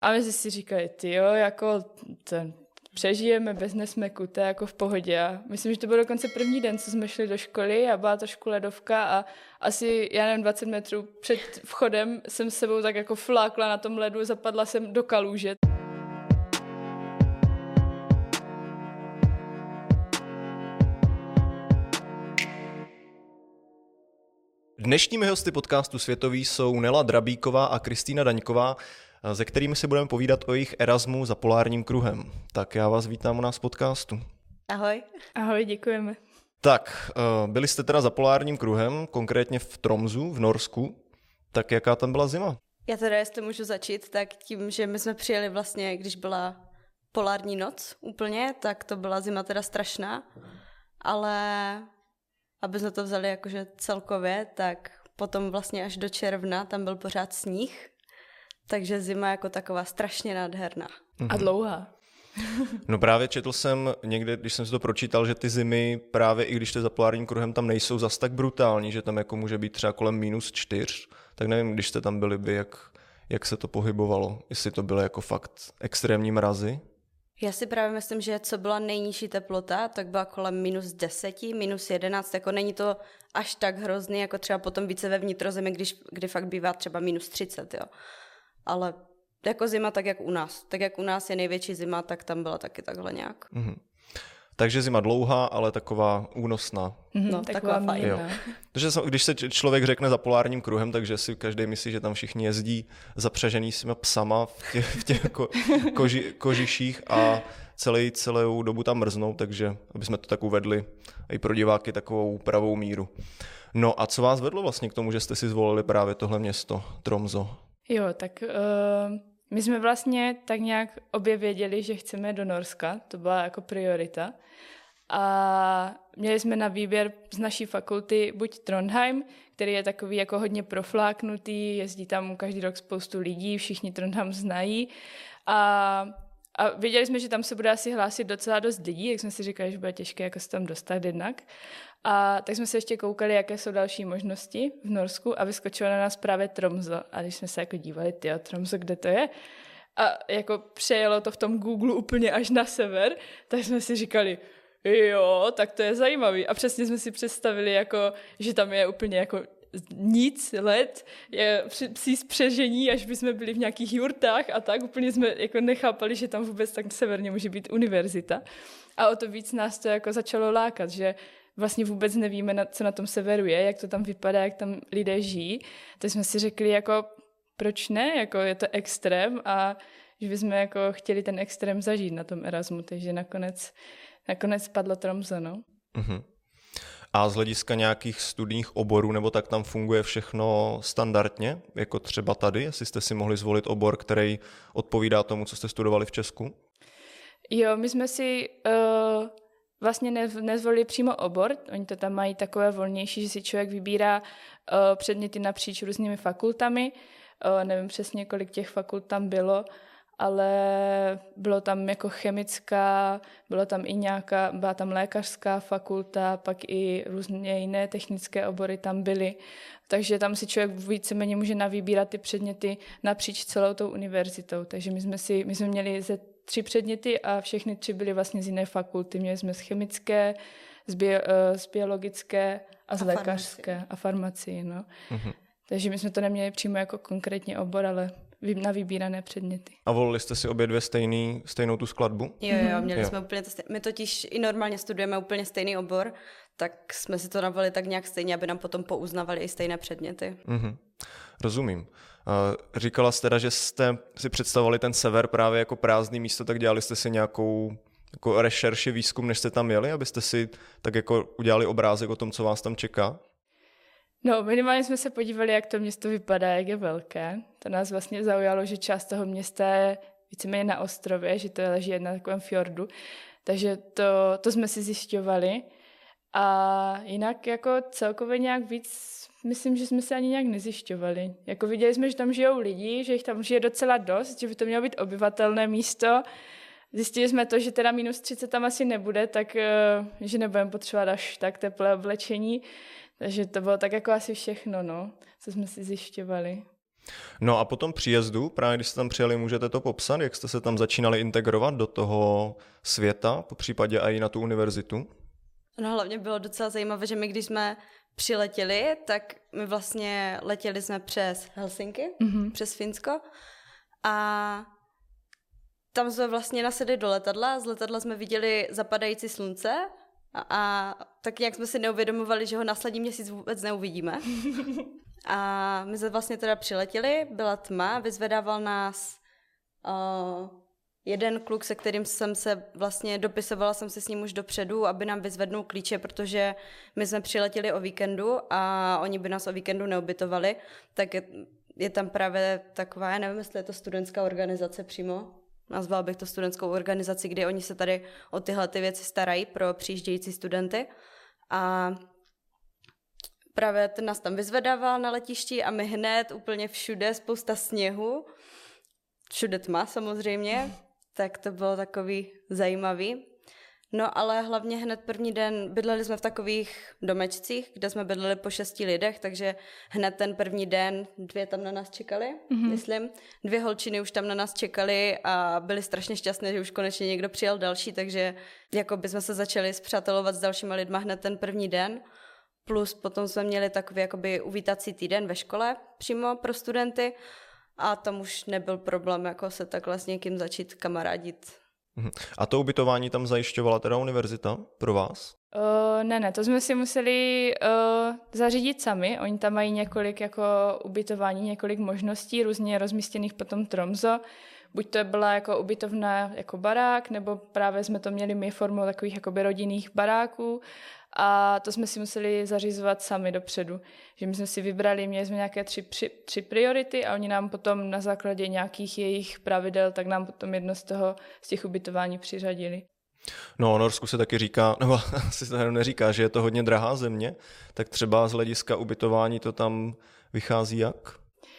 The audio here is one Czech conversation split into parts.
A my jsme si říkali, tyjo, jako přežijeme bez nesmeku, to je jako v pohodě. A myslím, že to byl dokonce první den, co jsme šli do školy a byla trošku ledovka a asi, já nevím, 20 metrů před vchodem jsem s sebou tak jako flákla na tom ledu, zapadla jsem do kaluže. Dnešními hosty podcastu Světový jsou Nela Drabíková a Kristýna Daňková, se kterými si budeme povídat o jejich Erasmu za polárním kruhem. Tak já vás vítám u nás v podcastu. Ahoj. Ahoj, děkujeme. Tak, byli jste teda za polárním kruhem, konkrétně v Tromsu v Norsku. Tak jaká tam byla zima? Já teda, jestli můžu začít, tak tím, že my jsme přijeli vlastně, když byla polární noc úplně, tak to byla zima teda strašná, ale aby jsme to vzali jakože celkově, tak potom vlastně až do června tam byl pořád sníh, takže zima jako taková strašně nádherná. A dlouhá. No právě četl jsem někde, když jsem si to pročítal, že ty zimy právě i když jste za polárním kruhem tam nejsou zas tak brutální, že tam jako může být třeba kolem -4, tak nevím, když jste tam byli by, jak se to pohybovalo, jestli to byly jako fakt extrémní mrazy. Já si právě myslím, že co byla nejnižší teplota, tak byla kolem -10, -11, jako není to až tak hrozný, jako třeba potom více ve vnitrozemi, kdy fakt bývá třeba -30, jo. Ale jako zima tak jak u nás. Tak jak u nás je největší zima, tak tam byla taky takhle nějak. Mhm. Takže zima dlouhá, ale taková únosná. No, taková fajn. Jo. Takže když se člověk řekne za polárním kruhem, takže si každý myslí, že tam všichni jezdí zapřažený s těma psama v těch kožiších a celou dobu tam mrznou, takže aby jsme to tak uvedli i pro diváky takovou pravou míru. No a co vás vedlo vlastně k tomu, že jste si zvolili právě tohle město, Tromso? Jo, tak my jsme vlastně tak nějak obě věděli, že chceme do Norska, to byla jako priorita. A měli jsme na výběr z naší fakulty buď Trondheim, který je takový jako hodně profláknutý, jezdí tam každý rok spoustu lidí, všichni Trondheim znají. A věděli jsme, že tam se bude asi hlásit docela dost lidí, tak jsme si říkali, že bude těžké jako se tam dostat jednak. A tak jsme se ještě koukali, jaké jsou další možnosti v Norsku a vyskočilo na nás právě Tromso. A když jsme se jako dívali, tyjo, Tromso, kde to je? A jako přejelo to v tom Google úplně až na sever, tak jsme si říkali, jo, tak to je zajímavý. A přesně jsme si představili, jako, že tam je úplně jako nic, led, je psí spřežení, až bychom byli v nějakých jurtách a tak. Úplně jsme jako nechápali, že tam vůbec tak severně může být univerzita. A o to víc nás to jako začalo lákat, že vlastně vůbec nevíme, co na tom severu je, jak to tam vypadá, jak tam lidé žijí. Tak jsme si řekli, jako proč ne, jako je to extrém a že bychom jako chtěli ten extrém zažít na tom Erasmu, takže nakonec padlo Tromso, no. Mhm. A z hlediska nějakých studijních oborů, nebo tak tam funguje všechno standardně, jako třeba tady, jestli jste si mohli zvolit obor, který odpovídá tomu, co jste studovali v Česku? Jo, my jsme si vlastně nezvolili přímo obor, oni to tam mají takové volnější, že si člověk vybírá předměty napříč různými fakultami, nevím přesně, kolik těch fakult tam bylo, ale bylo tam jako chemická, byla tam lékařská fakulta, pak i různě jiné technické obory tam byly. Takže tam si člověk víceméně může navybírat ty předměty napříč celou tou univerzitou. Takže my jsme měli 3 předměty a všechny 3 byly vlastně z jiné fakulty. Měli jsme z chemické, z biologické a z lékařské a farmacii. No. Mhm. Takže my jsme to neměli přímo jako konkrétně obor, ale na vybírané předměty. A volili jste si obě dvě stejnou tu skladbu? Jo, měli jsme úplně to stejné. My totiž i normálně studujeme úplně stejný obor, tak jsme si to navolili tak nějak stejně, aby nám potom pouznavali i stejné předměty. Mhm. Rozumím. Říkala jste teda, že jste si představovali ten sever právě jako prázdný místo, tak dělali jste si nějakou jako rešerši, výzkum, než jste tam jeli, abyste si tak jako udělali obrázek o tom, co vás tam čeká? No, minimálně jsme se podívali, jak to město vypadá, jak je velké. To nás vlastně zaujalo, že část toho města je víceméně na ostrově, že to leží na takovém fjordu. Takže to jsme si zjišťovali. A jinak jako celkově nějak víc, myslím, že jsme se ani nějak nezjišťovali. Jako viděli jsme, že tam žijou lidi, že jich tam žije docela dost, že by to mělo být obyvatelné místo. Zjistili jsme to, že teda -30 tam asi nebude, tak že nebudeme potřebovat až tak teplé oblečení. Takže to bylo tak jako asi všechno, no, co jsme si zjišťovali. No a po tom příjezdu, právě když jste tam přijeli, můžete to popsat, jak jste se tam začínali integrovat do toho světa, po případě i na tu univerzitu? No hlavně bylo docela zajímavé, že my když jsme přiletěli, tak my vlastně letěli jsme přes Helsinki, přes Finsko a tam jsme vlastně nasedli do letadla, z letadla jsme viděli zapadající slunce a tak nějak jsme si neuvědomovali, že ho následní měsíc vůbec neuvidíme. A my jsme vlastně teda přiletěli, byla tma, vyzvedával nás jeden kluk, se kterým jsem se vlastně dopisovala jsem se s ním už dopředu, aby nám vyzvednul klíče, protože my jsme přiletěli o víkendu a oni by nás o víkendu neubytovali, tak je tam právě taková, já nevím, jestli je to studentská organizace přímo, nazvala bych to studentskou organizaci, kde oni se tady o tyhle ty věci starají pro přijíždějící studenty a právě ten nás tam vyzvedával na letišti a my hned úplně všude spousta sněhu, všude tma samozřejmě, tak to bylo takový zajímavý. No ale hlavně hned první den bydleli jsme v takových domečcích, kde jsme bydleli po 6 lidech, takže hned ten první den 2 tam na nás čekali, myslím. 2 holčiny už tam na nás čekali a byli strašně šťastné, že už konečně někdo přijel další, takže jako bychom se začali spřátelovat s dalšíma lidma hned ten první den. Plus potom jsme měli takový jakoby uvítací týden ve škole přímo pro studenty a tam už nebyl problém jako se takhle s někým začít kamarádit. A to ubytování tam zajišťovala teda univerzita pro vás? Ne, to jsme si museli zařídit sami. Oni tam mají několik jako ubytování, několik možností, různě rozmístěných po tom Tromso. Buď to byla jako ubytovna jako barák, nebo právě jsme to měli my formou takových jakoby rodinných baráků. A to jsme si museli zařizovat sami dopředu. Že my jsme si vybrali, měli jsme nějaké tři priority a oni nám potom na základě nějakých jejich pravidel, tak nám potom jedno z těch ubytování přiřadili. No, o Norsku se taky říká, nebo asi se neříká, že je to hodně drahá země, tak třeba z hlediska ubytování to tam vychází jak?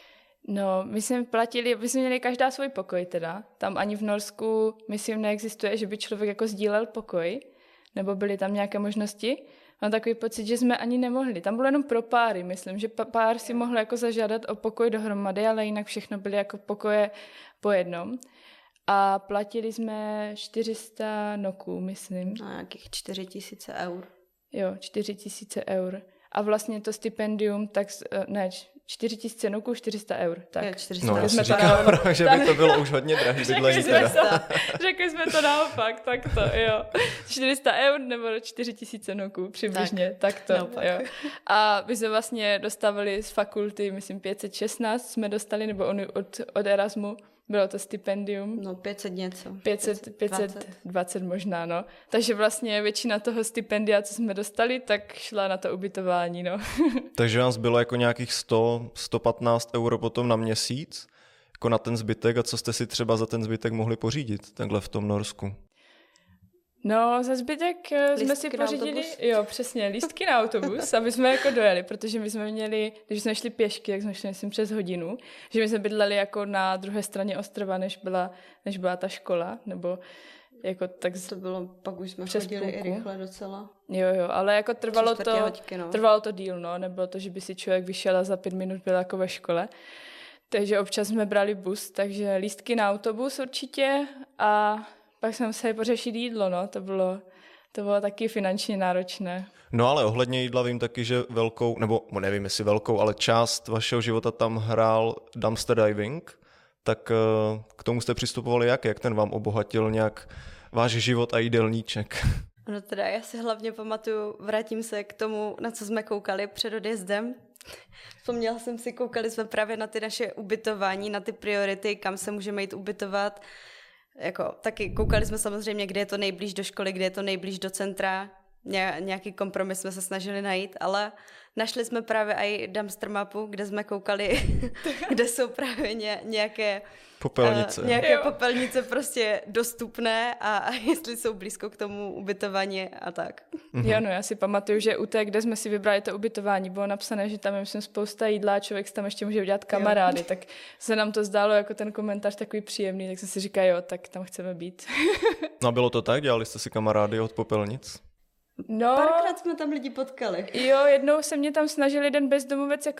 No, my jsme měli každá svůj pokoj teda. Tam ani v Norsku, myslím, neexistuje, že by člověk jako sdílel pokoj, nebo byly tam nějaké možnosti. Mám takový pocit, že jsme ani nemohli. Tam bylo jenom pro páry, myslím, že pár si mohl jako zažádat o pokoj dohromady, ale jinak všechno byly jako pokoje po jednom. A platili jsme 400 noků, myslím. No, nějakých 4 000 eur. Jo, 4 000 eur. A vlastně to stipendium, tak ne, 4 000 noků, 400 eur. Tak. Jo, 400 no, eur. já si říkám, že by to bylo už hodně drahý bydlení. Řekli jsme to naopak, tak to, jo. 400 eur nebo 4 000 noků přibližně, tak to, jo. A my jsme vlastně dostávali z fakulty, myslím 516 jsme dostali, nebo od Erasmu, bylo to stipendium. No 500 něco. 520 možná, no. Takže vlastně většina toho stipendia, co jsme dostali, tak šla na to ubytování, no. Takže vás bylo jako nějakých 115 euro potom na měsíc, jako na ten zbytek, a co jste si třeba za ten zbytek mohli pořídit takhle v tom Norsku? No, za zbytek jsme si pořídili, jo, přesně, lístky na autobus, aby jsme jako dojeli, protože my jsme měli, když jsme šli pěšky, tak jsme šli, myslím, přes hodinu, že my jsme bydleli jako na druhé straně ostrova, než byla ta škola, nebo jako tak to bylo, pak už jsme přes chodili půlku. I rychle docela. Jo, ale jako trvalo to díl, no, nebylo to, že by si člověk vyšel a za 5 minut byl jako ve škole. Takže občas jsme brali bus, takže lístky na autobus určitě a pak jsme museli pořešit jídlo, no, to bylo taky finančně náročné. No ale ohledně jídla vím taky, že velkou, nebo nevím jestli velkou, ale část vašeho života tam hrál dumpster diving, tak k tomu jste přistupovali jak ten vám obohatil nějak váš život a jídelníček? No teda já si hlavně pamatuju, vrátím se k tomu, na co jsme koukali před odjezdem. Vzpomněla jsem si, koukali jsme právě na ty naše ubytování, na ty priority, kam se můžeme jít ubytovat. Jako, taky koukali jsme samozřejmě, kde je to nejblíž do školy, kde je to nejblíž do centra. Nějaký kompromis jsme se snažili najít, ale našli jsme právě i dumpster mapu, kde jsme koukali, kde jsou právě nějaké popelnice. Popelnice prostě dostupné a jestli jsou blízko k tomu ubytování a tak. Jo, no já si pamatuju, že u té, kde jsme si vybrali to ubytování, bylo napsané, že tam je myslím spousta jídla a člověk si tam ještě může udělat kamarády, jo. Tak se nám to zdálo jako ten komentář takový příjemný, tak jsem si říkala, jo, tak tam chceme být. No a bylo to tak? Dělali jste si kamarády od popelnic? No, párkrát jsme tam lidi potkali. Jo, jednou se mě tam snažil jeden bezdomovec jako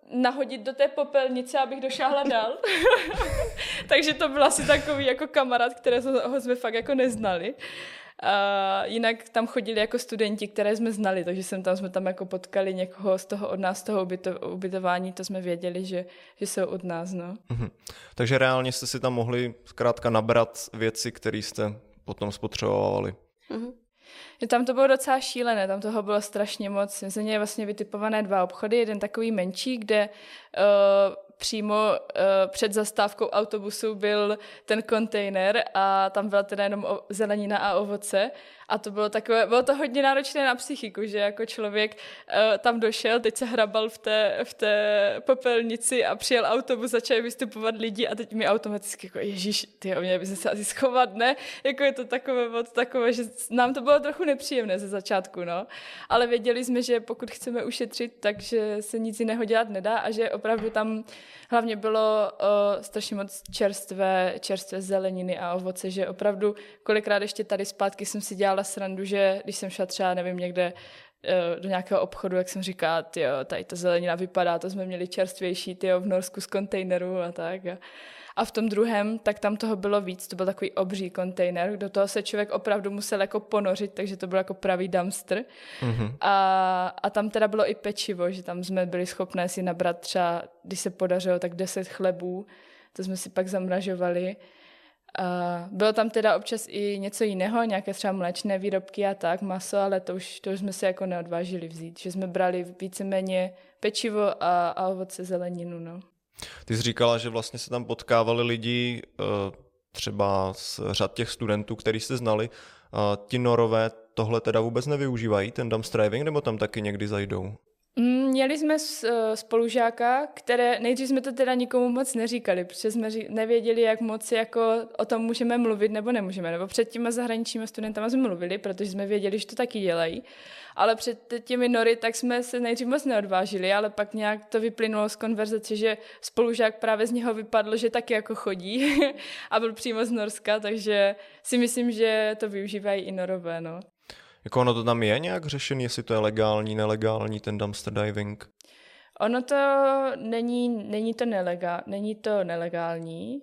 nahodit do té popelnice, abych došáhla dál. Takže to byl asi takový jako kamarád, kterého jsme fakt jako neznali. A jinak tam chodili jako studenti, které jsme znali, takže jsme tam jako potkali někoho od nás z toho ubytování, to jsme věděli, že jsou od nás, no. Takže reálně jste si tam mohli zkrátka nabrat věci, které jste potom spotřebovali. Tam to bylo docela šílené, tam toho bylo strašně moc. My jsme měli vlastně vytipované 2 obchody, jeden takový menší, kde přímo před zastávkou autobusu byl ten kontejner a tam byla teda jenom zelenina a ovoce a to bylo to hodně náročné na psychiku, že jako člověk tam došel, teď se hrabal v té popelnici a přijel autobus, začali vystupovat lidi a teď mi automaticky jako ježíš, měli by se asi schovat, ne? Jako je to takové, že nám to bylo trochu nepříjemné ze začátku, no. Ale věděli jsme, že pokud chceme ušetřit, takže se nic jiného dělat nedá a že opravdu tam hlavně bylo strašně moc čerstvé zeleniny a ovoce, že opravdu kolikrát ještě tady zpátky jsem si dělala srandu, že když jsem šla třeba, nevím, někde do nějakého obchodu, jak jsem říkala, tady ta zelenina vypadá, to jsme měli čerstvější, v Norsku z kontejneru a tak. A v tom druhém, tak tam toho bylo víc, to byl takový obří kontejner, do toho se člověk opravdu musel jako ponořit, takže to byl jako pravý dumpster. A tam teda bylo i pečivo, že tam jsme byli schopné si nabrat třeba, když se podařilo, tak 10 chlebů, to jsme si pak zamražovali. A bylo tam teda občas i něco jiného, nějaké třeba mléčné výrobky a tak, maso, ale to už jsme se jako neodvážili vzít, že jsme brali víceméně pečivo a ovoce, zeleninu, no. Ty jsi říkala, že vlastně se tam potkávali lidi třeba z řad těch studentů, který jste znali. Ti Norové tohle teda vůbec nevyužívají, ten dumpster diving, nebo tam taky někdy zajdou? Měli jsme spolužáka, nejdřív jsme to teda nikomu moc neříkali, protože jsme nevěděli, jak moc jako o tom můžeme mluvit nebo nemůžeme. Nebo před těma zahraničními studentama jsme mluvili, protože jsme věděli, že to taky dělají. Ale před těmi Nory tak jsme se nejdřív moc neodvážili, ale pak nějak to vyplynulo z konverzace, že spolužák právě z něho vypadl, že taky jako chodí a byl přímo z Norska, takže si myslím, že to využívají i Norové, no. Jako ono to tam je nějak řešený, jestli to je legální, nelegální, ten dumpster diving? Ono to není to nelegální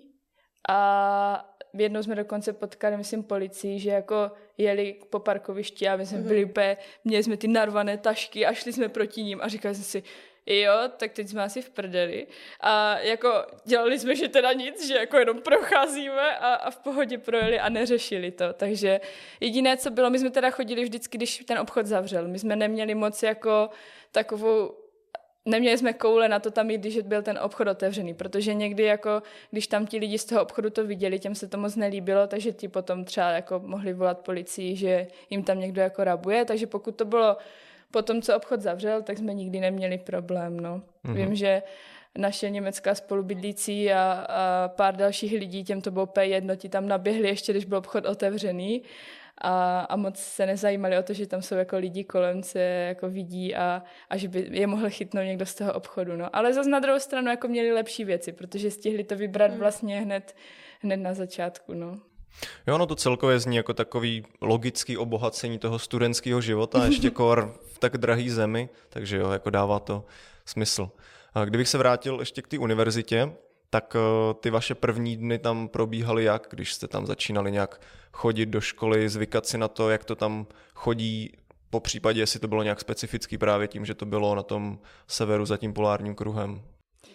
a jednou jsme dokonce potkali, myslím, policii, že jako jeli po parkovišti a my jsme byli úplně, měli jsme ty narvané tašky a šli jsme proti ním a říkali jsme si, jo, tak teď jsme asi v prdeli. A jako dělali jsme, že teda nic, že jako jenom procházíme a v pohodě projeli a neřešili to. Takže jediné, co bylo, my jsme teda chodili vždycky, když ten obchod zavřel. My jsme neměli moc jako neměli jsme koule na to tam jít, když byl ten obchod otevřený, protože někdy jako, když tam ti lidi z toho obchodu to viděli, těm se to moc nelíbilo, takže ti potom třeba jako mohli volat policii, že jim tam někdo jako rabuje, takže pokud to bylo potom, co obchod zavřel, tak jsme nikdy neměli problém, no. Vím, že naše německá spolubydlící a pár dalších lidí, těm to bylo jedno, ti tam naběhli ještě, když byl obchod otevřený a moc se nezajímali o to, že tam jsou jako lidi kolem, se jako vidí a že by je mohl chytnout někdo z toho obchodu, no. Ale zase na druhou stranu jako měli lepší věci, protože stihli to vybrat vlastně hned na začátku, no. Jo, no to celkově zní jako takový logický obohacení toho studentského života, ještě kor v tak drahý zemi, takže jo, jako dává to smysl. A kdybych se vrátil ještě k té univerzitě, tak ty vaše první dny tam probíhaly jak, když jste tam začínali nějak chodit do školy, zvykat si na to, jak to tam chodí, po případě, jestli to bylo nějak specifický právě tím, že to bylo na tom severu za tím polárním kruhem.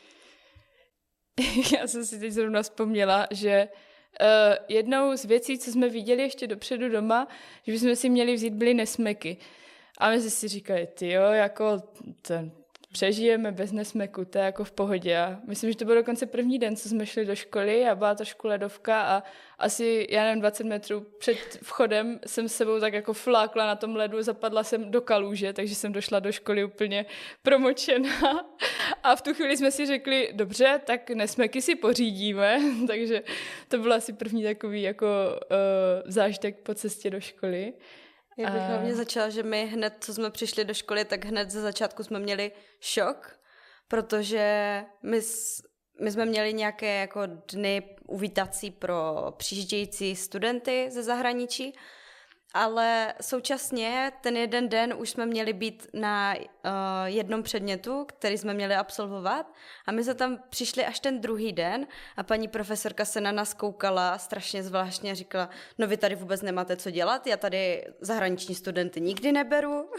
Já jsem si teď zrovna vzpomněla, že jednou z věcí, co jsme viděli ještě dopředu doma, že bychom si měli vzít, byly nesmeky. A my jsme si říkali, jako přežijeme bez nesmeku, to je jako v pohodě. A myslím, že to byl dokonce první den, co jsme šli do školy a byla trošku ledovka a asi, 20 metrů před vchodem jsem s sebou tak jako flákla na tom ledu, zapadla jsem do kaluže, takže jsem došla do školy úplně promočená. A v tu chvíli jsme si řekli, dobře, tak nesmeky si pořídíme, takže to byl asi první takový jako zážitek po cestě do školy. Já bych hlavně začala, že my hned, co jsme přišli do školy, tak hned ze začátku jsme měli šok, protože my jsme měli nějaké jako dny uvítací pro přijíždějící studenty ze zahraničí ale současně ten jeden den už jsme měli být na jednom předmětu, který jsme měli absolvovat a my jsme tam přišli až ten druhý den a paní profesorka se na nás koukala strašně zvláštně a říkala, no vy tady vůbec nemáte co dělat, já tady zahraniční studenty nikdy neberu.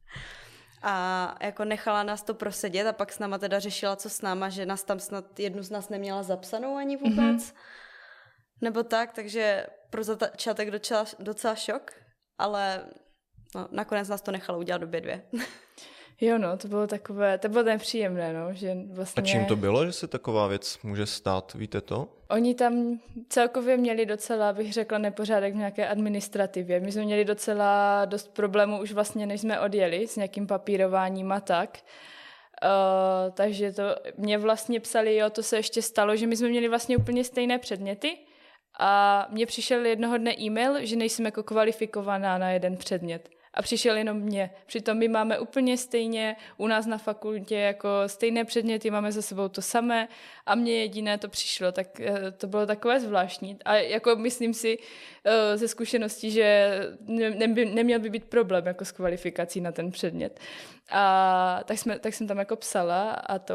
A jako nechala nás to prosedět a pak s náma teda řešila, co s náma, že nás tam snad jednu z nás neměla zapsanou ani vůbec. Nebo tak, takže pro začátek docela šok, ale no, nakonec nás to nechalo udělat obě dvě. Jo, no, to bylo nepříjemné, no, že vlastně... A čím to bylo, že se taková věc může stát, víte to? Oni tam celkově měli docela, bych řekla, nepořádek v nějaké administrativě. My jsme měli docela dost problémů už vlastně, než jsme odjeli s nějakým papírováním a tak. Takže to mě vlastně psali, jo, to se ještě stalo, že my jsme měli vlastně úplně stejné předměty a mně přišel jednoho dne e-mail, že nejsem jako kvalifikovaná na jeden předmět. A přišel jenom mě. Přitom my máme úplně stejně u nás na fakultě jako stejné předměty, máme za sebou to samé a mně jediné to přišlo, tak to bylo takové zvláštní. A jako myslím si ze zkušeností, že neměl by být problém jako s kvalifikací na ten předmět. A tak jsem tam jako psala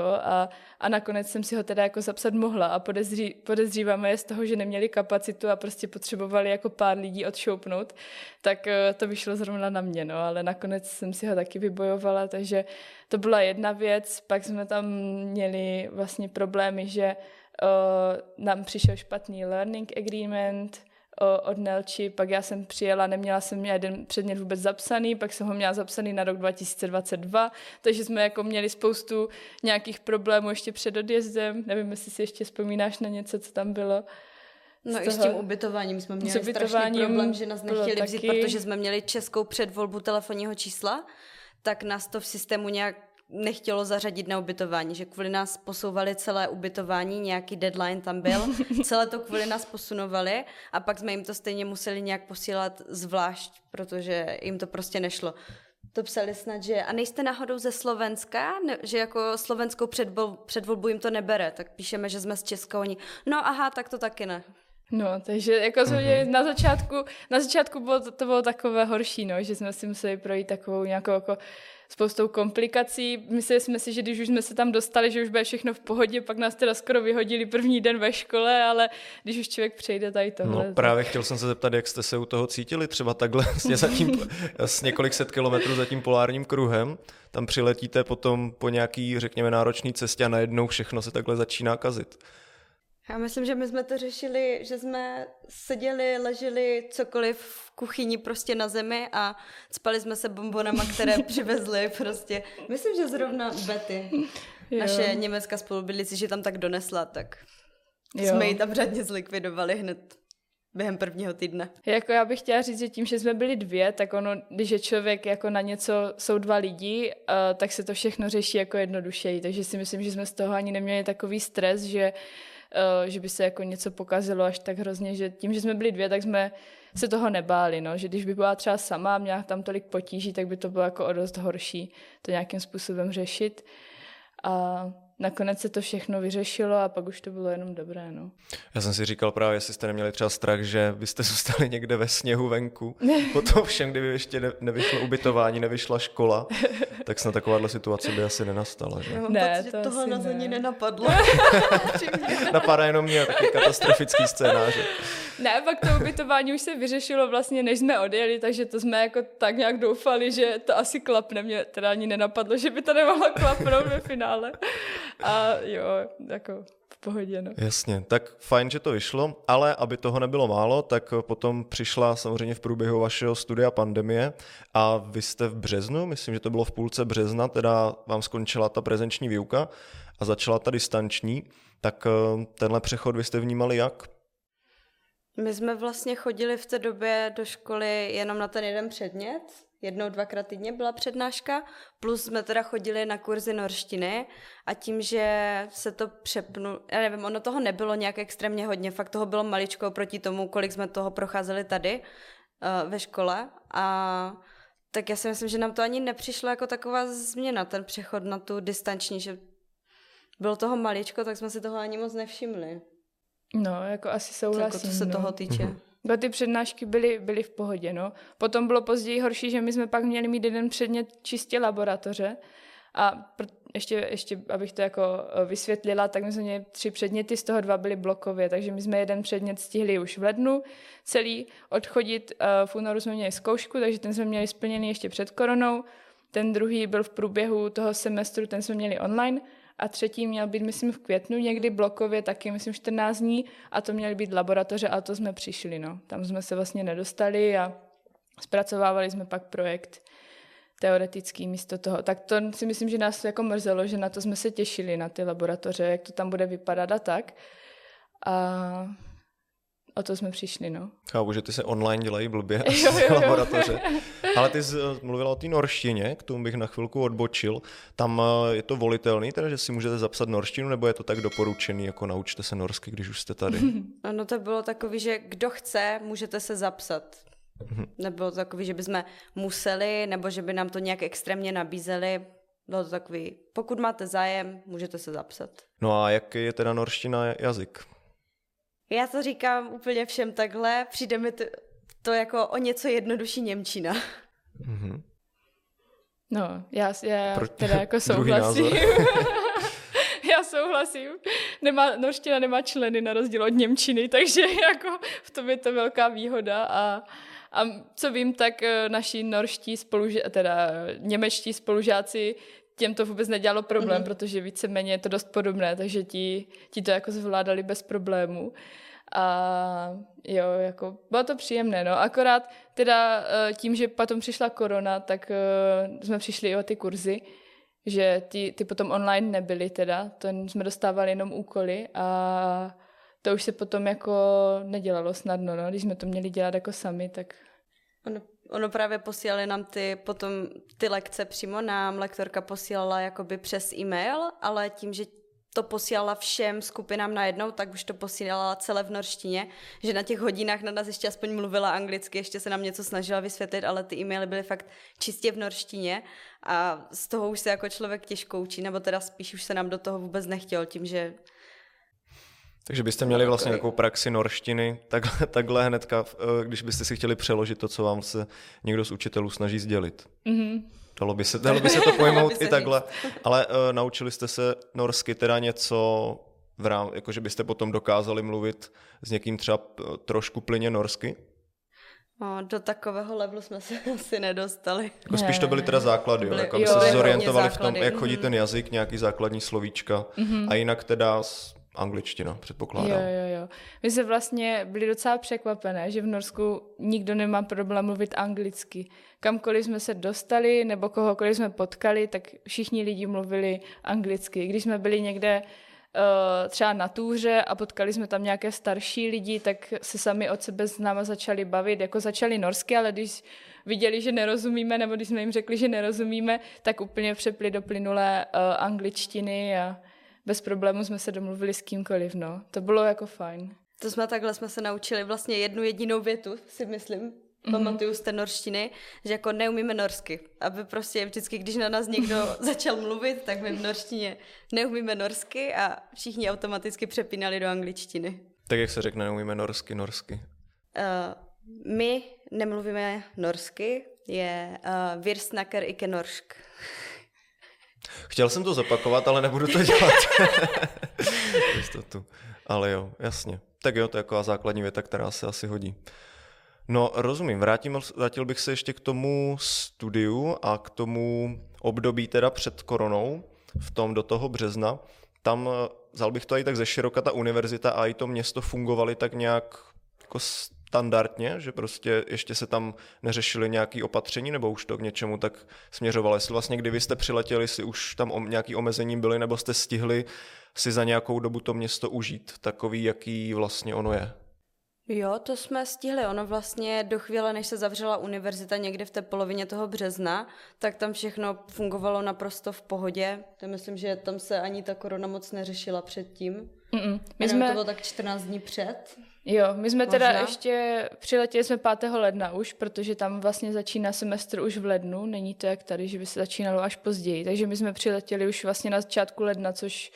a nakonec jsem si ho teda jako zapsat mohla a podezříváme je z toho, že neměli kapacitu a prostě potřebovali jako pár lidí odšoupnout, tak to vyšlo zrovna na mě, no, ale nakonec jsem si ho taky vybojovala, takže to byla jedna věc, pak jsme tam měli vlastně problémy, že nám přišel špatný learning agreement od Nelči, pak já jsem přijela, neměla jsem jeden předmět vůbec zapsaný, pak jsem ho měla zapsaný na rok 2022, takže jsme jako měli spoustu nějakých problémů ještě před odjezdem, nevím, jestli si ještě vzpomínáš na něco, co tam bylo. No i s tím ubytováním jsme měli strašný problém, že nás nechtěli vzít, protože jsme měli českou předvolbu telefonního čísla, tak nás to v systému nějak nechtělo zařadit na ubytování, že kvůli nás posouvali celé ubytování, nějaký deadline tam byl, celé to kvůli nás posunovali a pak jsme jim to stejně museli nějak posílat zvlášť, protože jim to prostě nešlo. To psali snad, že a nejste náhodou ze Slovenska, že jako slovenskou předvolbu jim to nebere, tak píšeme, že jsme z Česka, oni, no aha, tak to taky ne. No, takže jako na začátku to bylo takové horší, no, že jsme si museli projít takovou nějakou jako spoustou komplikací. Mysleli jsme si, že když už jsme se tam dostali, že už bude všechno v pohodě, pak nás teda skoro vyhodili první den ve škole, ale když už člověk přejde tady tohle. No právě chtěl jsem se zeptat, jak jste se u toho cítili, třeba takhle s několik set kilometrů za tím polárním kruhem, tam přiletíte potom po nějaký, řekněme, náročný cestě a najednou všechno se takhle začíná kazit. Já myslím, že my jsme to řešili, že jsme seděli, leželi cokoliv v kuchyni prostě na zemi a spali jsme se bombonama, které přivezli prostě. Myslím, že zrovna Betty, naše německá spolubydlící, že tam tak donesla, tak jsme ji tam řádně zlikvidovali hned během prvního týdne. Jako já bych chtěla říct, že tím, že jsme byli dvě, tak ono, když je člověk jako na něco, jsou dva lidi, tak se to všechno řeší jako jednodušeji. Takže si myslím, že jsme z toho ani neměli takový stres, že by se jako něco pokazilo až tak hrozně, že tím, že jsme byli dvě, tak jsme se toho nebáli, no, že když by byla třeba sama a měla tam tolik potíží, tak by to bylo jako o dost horší to nějakým způsobem řešit a nakonec se to všechno vyřešilo a pak už to bylo jenom dobré, no. Já jsem si říkal právě, jestli jste neměli třeba strach, že byste zůstali někde ve sněhu venku, potom všem, kdyby ještě nevyšlo ubytování, nevyšla škola, tak snad takováhle situace by asi nenastala, že? Ne, to tohle nás ani nenapadlo. Napadá jenom mě taky katastrofický scénář. Ne, pak to ubytování už se vyřešilo vlastně, než jsme odjeli, takže to jsme jako tak nějak doufali, že to asi klapne. Mě teda ani nenapadlo, že by to nemohlo klapnout ve finále. A jo, jako v pohodě, no. Jasně, tak fajn, že to vyšlo, ale aby toho nebylo málo, tak potom přišla samozřejmě v průběhu vašeho studia pandemie a vy jste v březnu, myslím, že to bylo v půlce března, teda vám skončila ta prezenční výuka a začala ta distanční, tak tenhle přechod vy jste vnímali jak? My jsme vlastně chodili v té době do školy jenom na ten jeden předmět, 1-2krát týdně byla přednáška, plus jsme teda chodili na kurzy norštiny a tím, že se to přepnu, já nevím, ono toho nebylo nějak extrémně hodně, fakt toho bylo maličko proti tomu, kolik jsme toho procházeli tady ve škole a tak já si myslím, že nám to ani nepřišlo jako taková změna, ten přechod na tu distanční, že bylo toho maličko, tak jsme si toho ani moc nevšimli. No, jako asi souhlasím. Jako co se toho týče. Ty přednášky byly v pohodě, no. Potom bylo později horší, že my jsme pak měli mít jeden předmět čistě laboratoře a ještě abych to jako vysvětlila, tak my jsme měli 3 předměty, z toho 2 byly blokově, takže my jsme jeden předmět stihli už v lednu celý odchodit, v únoru jsme měli zkoušku, takže ten jsme měli splněný ještě před koronou, ten druhý byl v průběhu toho semestru, ten jsme měli online a třetí měl být, myslím, v květnu, někdy blokově taky, myslím, 14 dní a to měly být laboratoře a to jsme přišli, no. Tam jsme se vlastně nedostali a zpracovávali jsme pak projekt teoretický místo toho. Tak to si myslím, že nás jako mrzelo, že na to jsme se těšili, na ty laboratoře, jak to tam bude vypadat a tak. A o to jsme přišli, no. Chápu, že ty se online dělají blbě z laboratoře. Ale ty jsi mluvila o té norštině, k tomu bych na chvilku odbočil. Tam je to volitelný, teda, že si můžete zapsat norštinu, nebo je to tak doporučený, jako naučte se norsky, když už jste tady? No to bylo takový, že kdo chce, můžete se zapsat. Nebylo to takový, že bychom museli, nebo že by nám to nějak extrémně nabízeli. Bylo to takový, pokud máte zájem, můžete se zapsat. No a jaký je teda norština jazyk? Já to říkám úplně všem takhle, přijde mi to jako o něco jednodušší němčina. Mm-hmm. No, já teda jako souhlasím. Já souhlasím. Norština nemá členy na rozdíl od němčiny, takže jako v tom je to velká výhoda a co vím, tak naši norští němečtí spolužáci těm to vůbec nedělalo problém, protože víceméně je to dost podobné, takže ti to jako zvládali bez problémů. A jo, jako bylo to příjemné, no. Akorát teda tím, že potom přišla korona, tak jsme přišli i o ty kurzy, že ty potom online nebyly teda, to jsme dostávali jenom úkoly a to už se potom jako nedělalo snadno, no. Když jsme to měli dělat jako sami, tak... Ono právě posílali nám potom ty lekce přímo, nám lektorka posílala jakoby přes e-mail, ale tím, že to posílala všem skupinám najednou, tak už to posílala celé v norštině, že na těch hodinách na nás ještě aspoň mluvila anglicky, ještě se nám něco snažila vysvětlit, ale ty e-maily byly fakt čistě v norštině a z toho už se jako člověk těžko učí, nebo teda spíš už se nám do toho vůbec nechtělo, tím, že... Takže byste měli vlastně takovou praxi norštiny, takhle hnedka, když byste si chtěli přeložit to, co vám se někdo z učitelů snaží sdělit. Mm-hmm. Dalo by se to pojmout i takhle, ale naučili jste se norsky teda něco, jako že byste potom dokázali mluvit s někým třeba trošku plyně norsky? No, do takového levelu jsme se asi nedostali. Jako spíš to byly teda základy, jako aby se zorientovali v tom, jak chodí ten jazyk, nějaký základní slovíčka a jinak teda angličtina, předpokládám. Jo. My jsme vlastně byli docela překvapené, že v Norsku nikdo nemá problém mluvit anglicky. Kamkoliv jsme se dostali nebo kohokoliv jsme potkali, tak všichni lidi mluvili anglicky. Když jsme byli někde třeba na túře a potkali jsme tam nějaké starší lidi, tak se sami od sebe s náma začali bavit, jako začali norsky, ale když viděli, že nerozumíme, nebo když jsme jim řekli, že nerozumíme, tak úplně přepli do plynulé angličtiny a bez problému jsme se domluvili s kýmkoliv, no. To bylo jako fajn. Takhle jsme se naučili vlastně jednu jedinou větu, si myslím, pamatuju z té norštiny, že jako neumíme norsky. Aby prostě vždycky, když na nás někdo začal mluvit, tak my v norštině neumíme norsky a všichni automaticky přepínali do angličtiny. Tak jak se řekne, neumíme norsky? My nemluvíme norsky, je wir snakker ikke norsk. Chtěl jsem to zopakovat, ale nebudu to dělat. Jistotu. Ale jo, jasně. Tak jo, to je taková základní věta, která se asi hodí. No, rozumím. Vrátil bych se ještě k tomu studiu a k tomu období teda před koronou, do toho března. Tam vzal bych to i tak ze široka, ta univerzita a i to město fungovaly tak nějak jako standardně, že prostě ještě se tam neřešily nějaké opatření, nebo už to k něčemu tak směřovalo. Jestli vlastně, kdy vy jste přiletěli, si už tam nějaké omezení byly, nebo jste stihli si za nějakou dobu to město užít, takový, jaký vlastně ono je? Jo, to jsme stihli. Ono vlastně do chvíle, než se zavřela univerzita někde v té polovině toho března, tak tam všechno fungovalo naprosto v pohodě. Já myslím, že tam se ani ta korona moc neřešila předtím. To bylo tak 14 dní před. Jo, my jsme teda ještě přiletěli jsme 5. ledna už, protože tam vlastně začíná semestr už v lednu, není to jak tady, že by se začínalo až později, takže my jsme přiletěli už vlastně na začátku ledna, což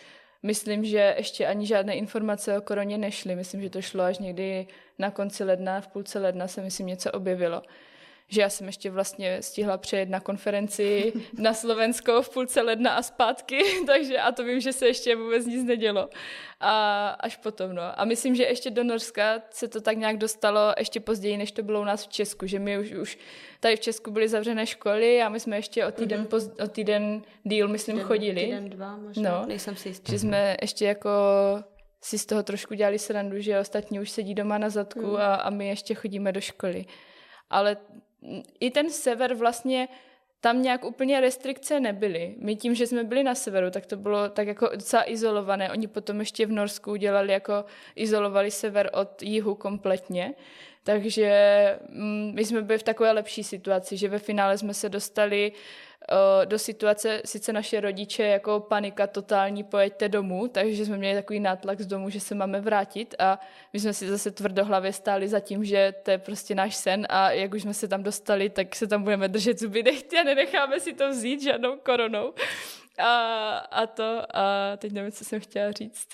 myslím, že ještě ani žádné informace o koroně nešly. Myslím, že to šlo až někdy na konci ledna, v půlce ledna se myslím něco objevilo. Že já jsem ještě vlastně stihla přejet na konferenci na Slovensko v půlce ledna a zpátky, takže a to vím, že se ještě vůbec nic nedělo. A až potom, no. A myslím, že ještě do Norska se to tak nějak dostalo ještě později, než to bylo u nás v Česku, že my už tady v Česku byly zavřené školy a my jsme ještě o týden díl, myslím, chodili. Týden, 2 možná, no, nejsem si jistý. Že jsme ještě jako si z toho trošku dělali srandu, že ostatní už sedí doma na zadku a my ještě chodíme do školy. Ale i ten sever vlastně, tam nějak úplně restrikce nebyly. My tím, že jsme byli na severu, tak to bylo tak jako docela izolované. Oni potom ještě v Norsku udělali jako, izolovali sever od jihu kompletně. Takže my jsme byli v takové lepší situaci, že ve finále jsme se dostali do situace, sice naše rodiče jako panika totální, pojeďte domů, takže jsme měli takový nátlak z domu, že se máme vrátit a my jsme si zase tvrdohlavě stáli za tím, že to je prostě náš sen a jak už jsme se tam dostali, tak se tam budeme držet zuby nechty a nenecháme si to vzít žádnou koronou. A teď nevím, co jsem chtěla říct.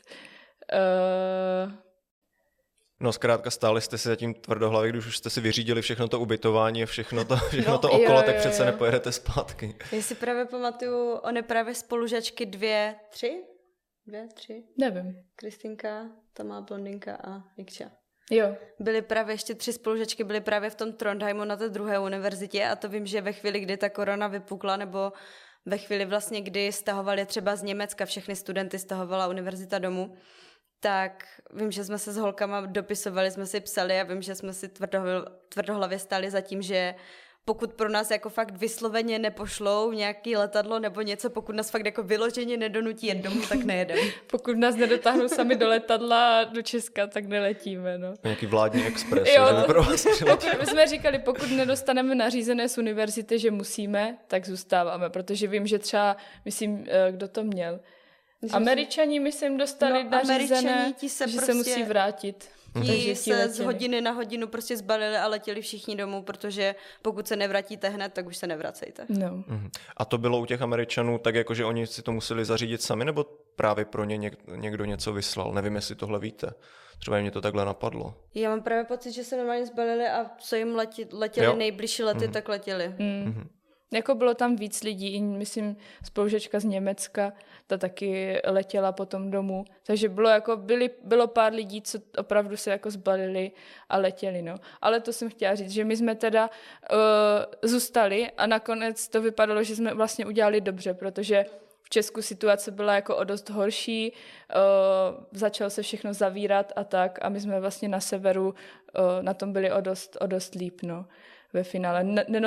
No zkrátka stáli jste si zatím tvrdohlavě, když už jste si vyřídili všechno to ubytování a všechno to okolo, tak přece nepojedete zpátky. Já si právě pamatuju, ony právě spolužačky 2, 3? Nevím. Kristýnka, ta má blondinka a Nikča. Jo. Byly právě ještě 3 spolužačky, byly právě v tom Trondheimu na té druhé univerzitě a to vím, že ve chvíli, kdy ta korona vypukla, nebo ve chvíli vlastně, kdy stahovali třeba z Německa, všechny studenty stahovala univerzita domů, tak vím, že jsme se s holkama dopisovali, jsme si psali a vím, že jsme si tvrdohlavě stáli za tím, že pokud pro nás jako fakt vysloveně nepošlou nějaký letadlo nebo něco, pokud nás fakt jako vyloženě nedonutí jet domů, tak nejedeme. Pokud nás nedotáhnou sami do letadla do Česka, tak neletíme, no. Nějaký vládní expres, jo, že by pro vás my jsme říkali, pokud nedostaneme nařízené z univerzity, že musíme, tak zůstáváme, protože vím, že třeba, myslím, kdo to měl, Američani, myslím, dostali nařízené, že se musí vrátit. Ti se z hodiny na hodinu prostě zbalili a letěli všichni domů, protože pokud se nevrátíte hned, tak už se nevracejte. No. A to bylo u těch Američanů tak, jako že oni si to museli zařídit sami, nebo právě pro ně někdo něco vyslal? Nevím, jestli tohle víte. Třeba mě to takhle napadlo. Já mám právě pocit, že se normálně zbalili a co jim letěli nejbližší lety, tak letěli. Jako bylo tam víc lidí, myslím spolužačka z Německa, ta taky letěla potom domů. Takže bylo pár lidí, co opravdu se jako zbalili a letěli. No. Ale to jsem chtěla říct, že my jsme teda zůstali a nakonec to vypadalo, že jsme vlastně udělali dobře, protože v Česku situace byla jako o dost horší, začalo se všechno zavírat a tak a my jsme vlastně na severu na tom byli o dost líp, no. Ve finále.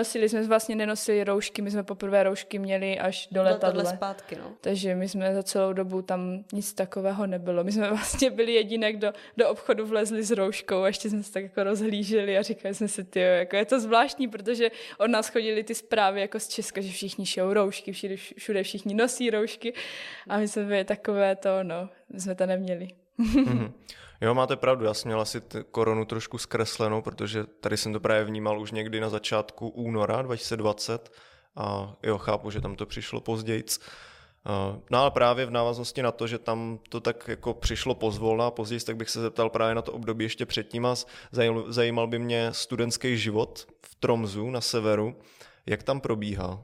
Nenosili roušky, my jsme poprvé roušky měli až do letadla. Zpátky, no. Takže my jsme za celou dobu tam nic takového nebylo. My jsme vlastně byli jedinek, do obchodu vlezli s rouškou a ještě jsme se tak jako rozhlíželi a říkali jsme si, tyjo, jako je to zvláštní, protože od nás chodili ty zprávy jako z Česka, že všichni šijou roušky, všude všichni nosí roušky a my jsme byli takové to, no, my jsme to neměli. Jo, máte pravdu, já jsem měl asi koronu trošku zkreslenou, protože tady jsem to právě vnímal už někdy na začátku února 2020 a jo, chápu, že tam to přišlo pozdějc. No ale právě v návaznosti na to, že tam to tak jako přišlo pozvolna a později, tak bych se zeptal právě na to období ještě předtím a zajímal by mě studentský život v Tromsu na severu. Jak tam probíhá?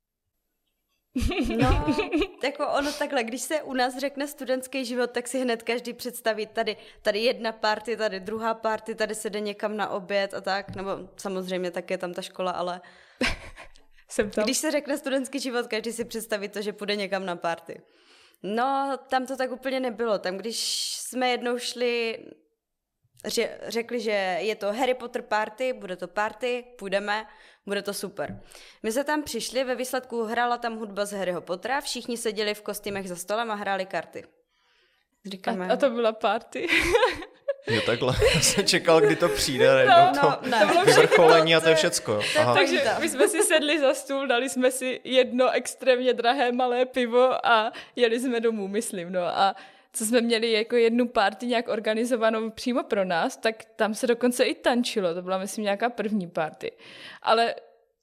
No, jako ono takhle, když se u nás řekne studentský život, tak si hned každý představí tady jedna party, tady druhá party, tady se jde někam na oběd a tak, nebo samozřejmě tak je tam ta škola, ale když se řekne studentský život, každý si představí to, že půjde někam na party. No, tam to tak úplně nebylo. Tam, když jsme jednou šli, řekli, že je to Harry Potter party, bude to party, půjdeme, bude to super. My jsme tam přišli, ve výsledku hrála tam hudba z Harryho Pottera, všichni seděli v kostýmech za stolem a hráli karty. Říkáme, a to byla party. Jo, takhle. Já jsem čekal, kdy to přijde. To bylo vyvrcholení a to je všecko. Takže my jsme si sedli za stůl, dali jsme si jedno extrémně drahé malé pivo a jeli jsme domů, myslím. No. A co jsme měli jako jednu party nějak organizovanou přímo pro nás, tak tam se dokonce i tančilo. To byla, myslím, nějaká první party. Ale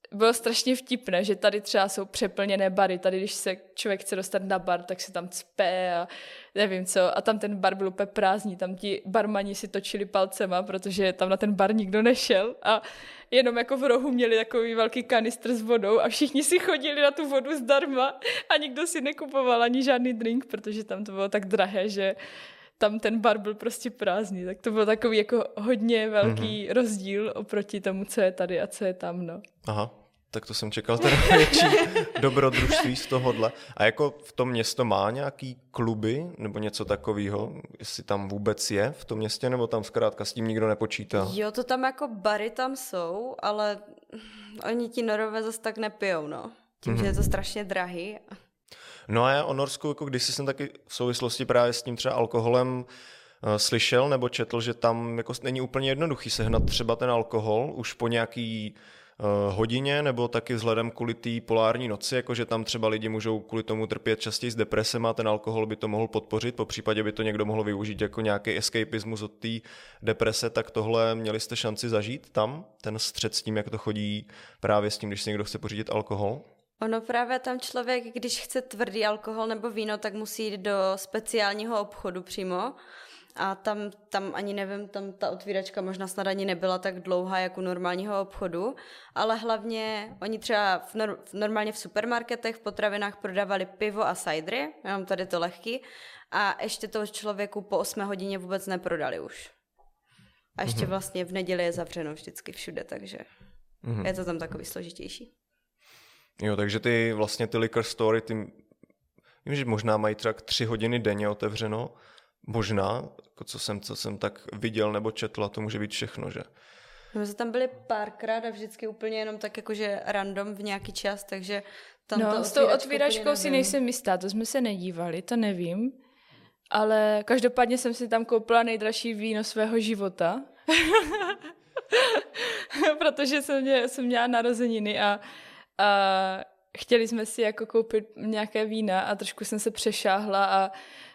bylo strašně vtipné, že tady třeba jsou přeplněné bary. Tady, když se člověk chce dostat na bar, tak se tam cpe a nevím co. A tam ten bar byl úplně prázdný. Tam ti barmani si točili palcema, protože tam na ten bar nikdo nešel. A jenom jako v rohu měli takový velký kanistr s vodou a všichni si chodili na tu vodu zdarma a nikdo si nekupoval ani žádný drink, protože tam to bylo tak drahé, že tam ten bar byl prostě prázdný. Tak to byl takový jako hodně velký rozdíl oproti tomu, co je tady a co je tam, no. Aha, tak to jsem čekal teda větší dobrodružství z tohohle. A jako v tom město má nějaký kluby nebo něco takového, jestli tam vůbec je v tom městě, nebo tam zkrátka s tím nikdo nepočítá? Jo, to tam jako bary tam jsou, ale oni ti Norové zase tak nepijou, no. Tím, že je to strašně drahý. No a já o Norsku, jako kdysi jsem taky v souvislosti právě s tím třeba alkoholem slyšel nebo četl, že tam jako není úplně jednoduchý sehnat třeba ten alkohol už po nějaký hodině, nebo taky vzhledem kvůli té polární noci, jakože tam třeba lidi můžou kvůli tomu trpět častěji s depresem a ten alkohol by to mohl podpořit, po případě by to někdo mohl využít jako nějaký escapismus od té deprese, tak tohle měli jste šanci zažít tam, ten střet s tím, jak to chodí právě s tím, když si někdo chce pořídit alkohol? Ono právě tam člověk, když chce tvrdý alkohol nebo víno, tak musí jít do speciálního obchodu přímo. A tam ani nevím, tam ta otvíračka možná snad ani nebyla tak dlouhá jako u normálního obchodu, ale hlavně oni třeba normálně v supermarketech, v potravinách prodávali pivo a cidery, jenom tady to lehký, a ještě to člověku po 8 hodině vůbec neprodali už. A ještě vlastně v neděli je zavřeno vždycky všude, takže je to tam takový složitější. Jo, takže ty liquor story, vím, že možná mají třeba 3 hodiny denně otevřeno, možná, jako co jsem tak viděl nebo četl, to může být všechno, že? My jsme tam byli párkrát a vždycky úplně jenom tak jakože random v nějaký čas, takže tam no, s tou otvíračkou si nejsem jistá, to jsme se nedívali, to nevím, ale každopádně jsem si tam koupila nejdražší víno svého života, protože jsem měla narozeniny a chtěli jsme si jako koupit nějaké vína a trošku jsem se přešáhla a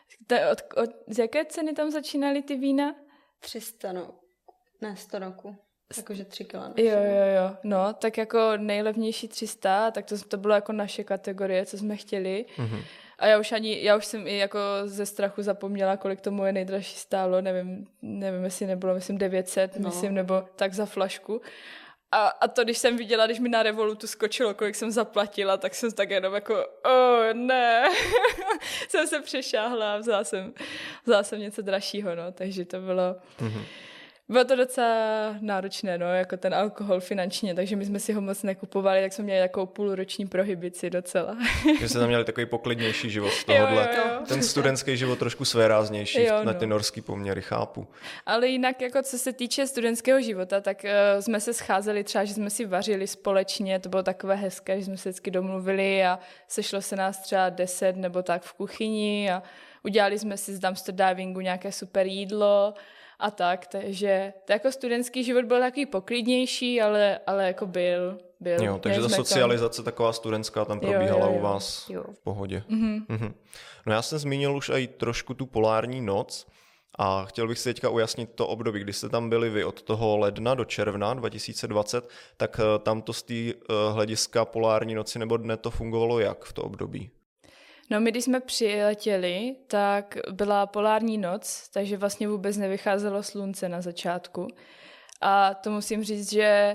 z jaké ceny tam začínaly ty vína? 300, ne 100 noků, jakože 3 kg. Jo, no, tak jako nejlevnější 300, tak to bylo jako naše kategorie, co jsme chtěli. A já už jsem i jako ze strachu zapomněla, kolik to moje nejdražší stálo, nevím, jestli nebylo, myslím 900, nebo tak za flašku. A to, když jsem viděla, když mi na Revolutu skočilo, kolik jsem zaplatila, tak jsem tak jenom jako, ne, jsem se přešáhla a vzala jsem něco dražšího, no, takže to bylo... Bylo to docela náročné, no, jako ten alkohol finančně, takže my jsme si ho moc nekupovali, tak jsme měli takovou půlroční prohibici docela. Že jste tam měli takový poklidnější život z tohohle. Jo. Ten studentský život trošku svéráznější na ty norský poměry, chápu. Ale jinak, jako co se týče studentského života, tak jsme se scházeli třeba, že jsme si vařili společně, to bylo takové hezké, že jsme se vždycky domluvili a sešlo se nás třeba 10 nebo tak v kuchyni a udělali jsme si z dumpster divingu nějaké super jídlo a tak, takže to jako studentský život byl takový poklidnější, ale jako byl. Jo, takže ta socializace taková studentská tam probíhala u vás v pohodě. No já jsem zmínil už i trošku tu polární noc a chtěl bych si teďka ujasnit to období, kdy jste tam byli vy od toho ledna do června 2020, tak tam to z té hlediska polární noci nebo dne to fungovalo jak v to období? No my, když jsme přiletěli, tak byla polární noc, takže vlastně vůbec nevycházelo slunce na začátku. A to musím říct, že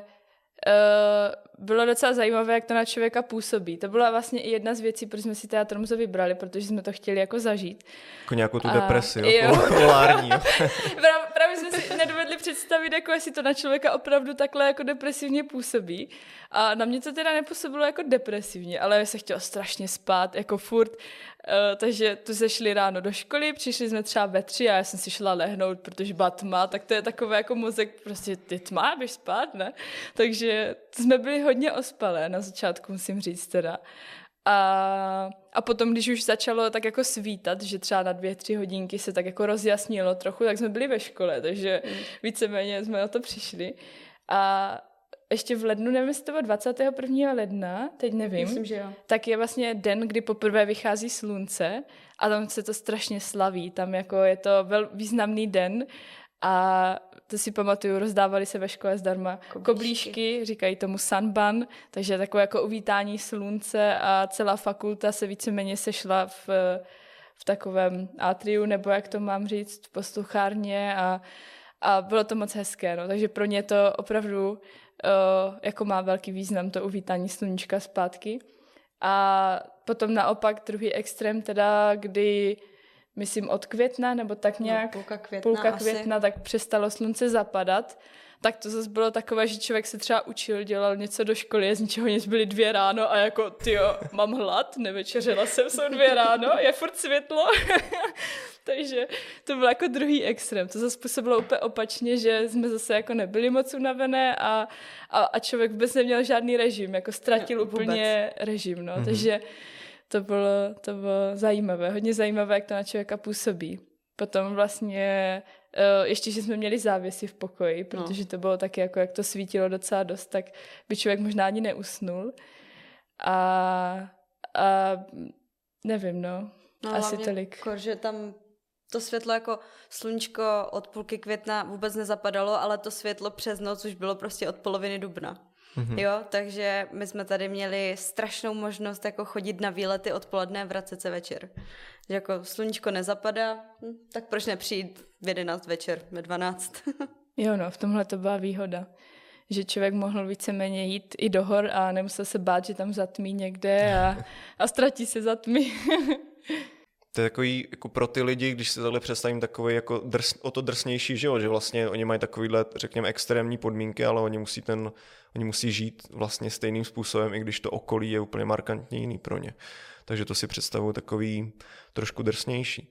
bylo docela zajímavé, jak to na člověka působí. To byla vlastně i jedna z věcí, proč jsme si teda Tromsø vybrali, protože jsme to chtěli jako zažít. Jako nějakou tu depresi, polární. Právě jsme si nedovedli představit, jako jestli to na člověka opravdu takhle jako depresivně působí. A na mě to teda nepůsobilo jako depresivně, ale se chtělo strašně spát, jako furt. Takže tu se šli ráno do školy, přišli jsme třeba ve 3 a já jsem si šla lehnout, protože byla tma, tak to je takové jako mozek, prostě ty tma, běž spát, ne? Takže jsme byli hodně ospalé na začátku, musím říct teda. A potom, když už začalo tak jako svítat, že třeba na 2-3 hodinky se tak jako rozjasnilo trochu, tak jsme byli ve škole, takže víceméně jsme na to přišli. A ještě v lednu, nevím, jestli to bylo 21. ledna, teď nevím, myslím, že jo. Tak je vlastně den, kdy poprvé vychází slunce a tam se to strašně slaví, tam jako je to významný den A to si pamatuju, rozdávali se ve škole zdarma koblížky, říkají tomu sunban, takže takové jako uvítání slunce a celá fakulta se víceméně sešla v takovém atriu, nebo jak to mám říct, v posluchárně a bylo to moc hezké, no. Takže pro ně to opravdu jako má velký význam to uvítání sluníčka zpátky. A potom naopak druhý extrém teda, kdy myslím od května, nebo tak nějak půlka května tak přestalo slunce zapadat, tak to zase bylo takové, že člověk se třeba učil, dělal něco do školy a z ničeho nic byly 2 ráno a jako, tyjo, mám hlad, nevečeřila jsem, jsou 2 ráno, je furt světlo. Takže to byl jako druhý extrém. To zase způsobilo úplně opačně, že jsme zase jako nebyli moc unavené a člověk vůbec neměl žádný režim, jako ztratil úplně režim, no. Mm-hmm. Takže to bylo zajímavé, hodně zajímavé, jak to na člověka působí. Potom vlastně ještě, že jsme měli závěsy v pokoji, protože to bylo taky jako, jak to svítilo docela dost, tak by člověk možná ani neusnul. A nevím, no asi tolik. Že tam to světlo jako sluníčko od půlky května vůbec nezapadalo, ale to světlo přes noc už bylo prostě od poloviny dubna. Mm-hmm. Jo, takže my jsme tady měli strašnou možnost jako chodit na výlety odpoledne a vracet se večer. Že jako sluníčko nezapadá, tak proč nepřijít v 11 večer, ve 12? Jo, no, v tomhle to byla výhoda. Že člověk mohl víceméně jít i do hor a nemusel se bát, že tam zatmí někde a ztratí se zatmí. To je takový, jako pro ty lidi, když si takhle představím takový jako o to drsnější život, že vlastně oni mají takovýhle, řekněme, extrémní podmínky, ale oni musí žít vlastně stejným způsobem, i když to okolí je úplně markantně jiný pro ně. Takže to si představuju takový trošku drsnější.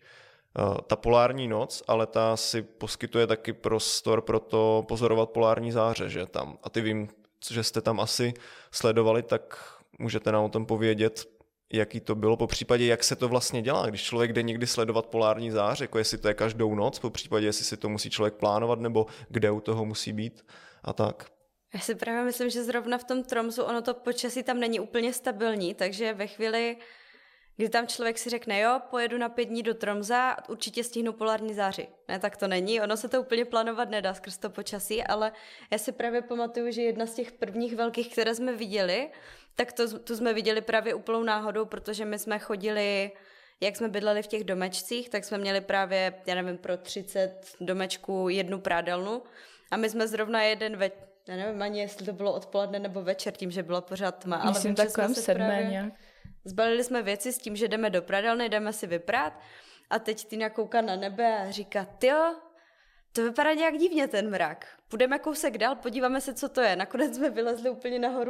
Ta polární noc, ale ta si poskytuje taky prostor pro to pozorovat polární záře, že tam. A ty vím, že jste tam asi sledovali, tak můžete nám o tom povědět, jaký to bylo, po případě, jak se to vlastně dělá, když člověk jde někdy sledovat polární záře, jako jestli to je každou noc, po případě, jestli si to musí člověk plánovat, nebo kde u toho musí být a tak. Já si právě myslím, že zrovna v tom Tromsu ono to počasí tam není úplně stabilní, takže ve chvíli, kdy tam člověk si řekne, jo, pojedu na 5 dní do Tromsa, určitě stihnu polární záři. Ne, tak to není, ono se to úplně plánovat nedá skrz to počasí, ale já si právě pamatuju, že jedna z těch prvních velkých, které jsme viděli, tak tu jsme viděli právě úplnou náhodou, protože my jsme chodili, jak jsme bydleli v těch domečcích, tak jsme měli právě, já nevím, pro 30 domečků 1 prádelnu a my jsme zrovna já nevím ani, jestli to bylo odpoledne nebo večer, tím, že bylo pořád tma. Ale myslím takovém 7 nějak. Zbalili jsme věci s tím, že jdeme do pradelny, jdeme si vyprát a teď Týna kouká na nebe a říká, tyjo, to vypadá nějak divně ten mrak. Půjdeme kousek dál, podíváme se, co to je. Nakonec jsme vylezli úplně nahoru,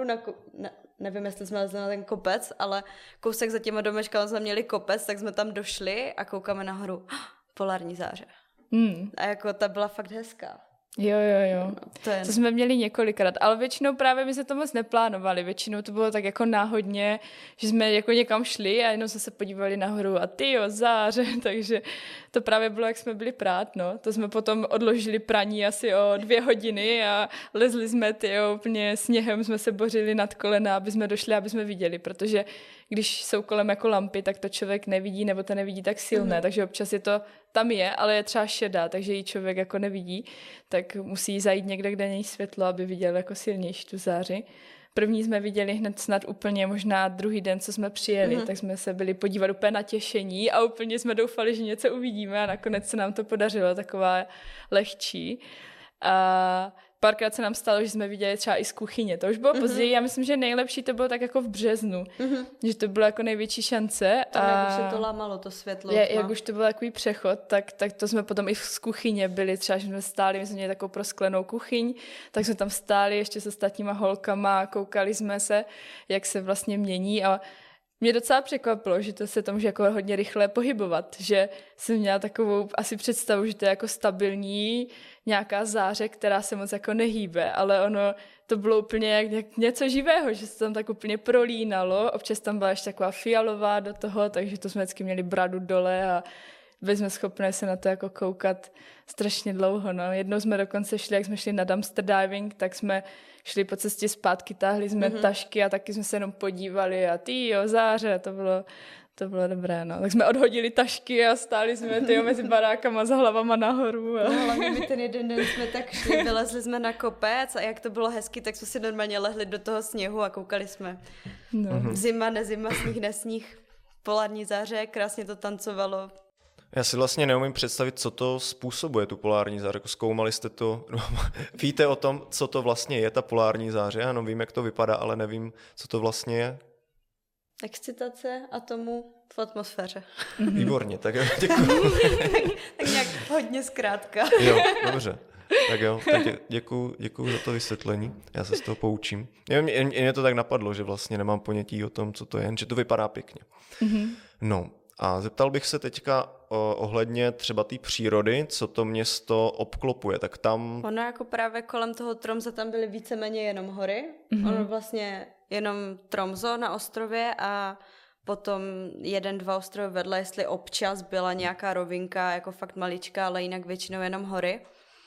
nevím, jestli jsme lezli na ten kopec, ale kousek za těma domečkama jsme měli kopec, tak jsme tam došli a koukáme nahoru. Polární záře. A jako ta byla fakt hezká. Jo. No, to jsme měli několikrát, ale většinou právě my se to moc neplánovali, většinou to bylo tak jako náhodně, že jsme jako někam šli a jenom jsme se podívali nahoru a tyjo, záře, takže to právě bylo, jak jsme byli prát, no. To jsme potom odložili praní asi o 2 hodiny a lezli jsme, tyjo, úplně sněhem jsme se bořili nad kolena, aby jsme došli, aby jsme viděli, protože když jsou kolem jako lampy, tak to člověk nevidí, nebo to nevidí tak silné, takže občas je to tam je, ale je třeba šedá, takže ji člověk jako nevidí, tak musí zajít někde, kde není světlo, aby viděl jako silnější tu záři. První jsme viděli hned snad úplně možná druhý den, co jsme přijeli, tak jsme se byli podívat úplně natěšení a úplně jsme doufali, že něco uvidíme a nakonec se nám to podařilo, taková lehčí. A párkrát se nám stalo, že jsme viděli třeba i z kuchyně. To už bylo později, já myslím, že nejlepší to bylo tak jako v březnu, že to bylo jako největší šance. Tam jak už se to lámalo, to světlo. Jak už to byl takový přechod, tak to jsme potom i z kuchyně byli, třeba že jsme stáli, my jsme měli takovou prosklenou kuchyň, tak jsme tam stáli ještě se ostatníma holkama a koukali jsme se, jak se vlastně mění a mě docela překvapilo, že to se to může jako hodně rychle pohybovat, že jsem měla takovou asi představu, že to je jako stabilní nějaká záře, která se moc jako nehýbe, ale ono to bylo úplně jak něco živého, že se tam tak úplně prolínalo, občas tam byla ještě taková fialová do toho, takže to jsme vždycky měli bradu dole a byli jsme schopné se na to jako koukat strašně dlouho. No. Jednou jsme dokonce šli, jak jsme šli na dumpster diving, tak jsme šli po cestě zpátky, táhli jsme tašky a taky jsme se jenom podívali a tyjo, záře, To bylo dobré, no. Tak jsme odhodili tašky a stáli jsme mezi barákama za hlavama nahoru. A... No, hlavně my ten jeden den jsme tak šli, vylezli jsme na kopec a jak to bylo hezky, tak jsme si normálně lehli do toho sněhu a koukali jsme. No. Zima, nezima, sníh, nesníh, polární záře, krásně to tancovalo. Já si vlastně neumím představit, co to způsobuje, tu polární záře. Jako zkoumali jste to, víte o tom, co to vlastně je, ta polární záře? Ano, vím, jak to vypadá, ale nevím, co to vlastně je. Excitace atomů v atmosféře. Výborně, tak jo, děkuji. Tak nějak hodně zkrátka. Jo, dobře. Tak jo, tak děkuju za to vysvětlení. Já se z toho poučím. Mě to tak napadlo, že vlastně nemám ponětí o tom, co to je, že to vypadá pěkně. No a zeptal bych se teďka ohledně třeba té přírody, co to město obklopuje, tak tam... Ono jako právě kolem toho Tromsa tam byly víceméně jenom hory. Ono vlastně jenom Tromso na ostrově a potom 1-2 ostrovy vedle, jestli občas byla nějaká rovinka, jako fakt maličká, ale jinak většinou jenom hory.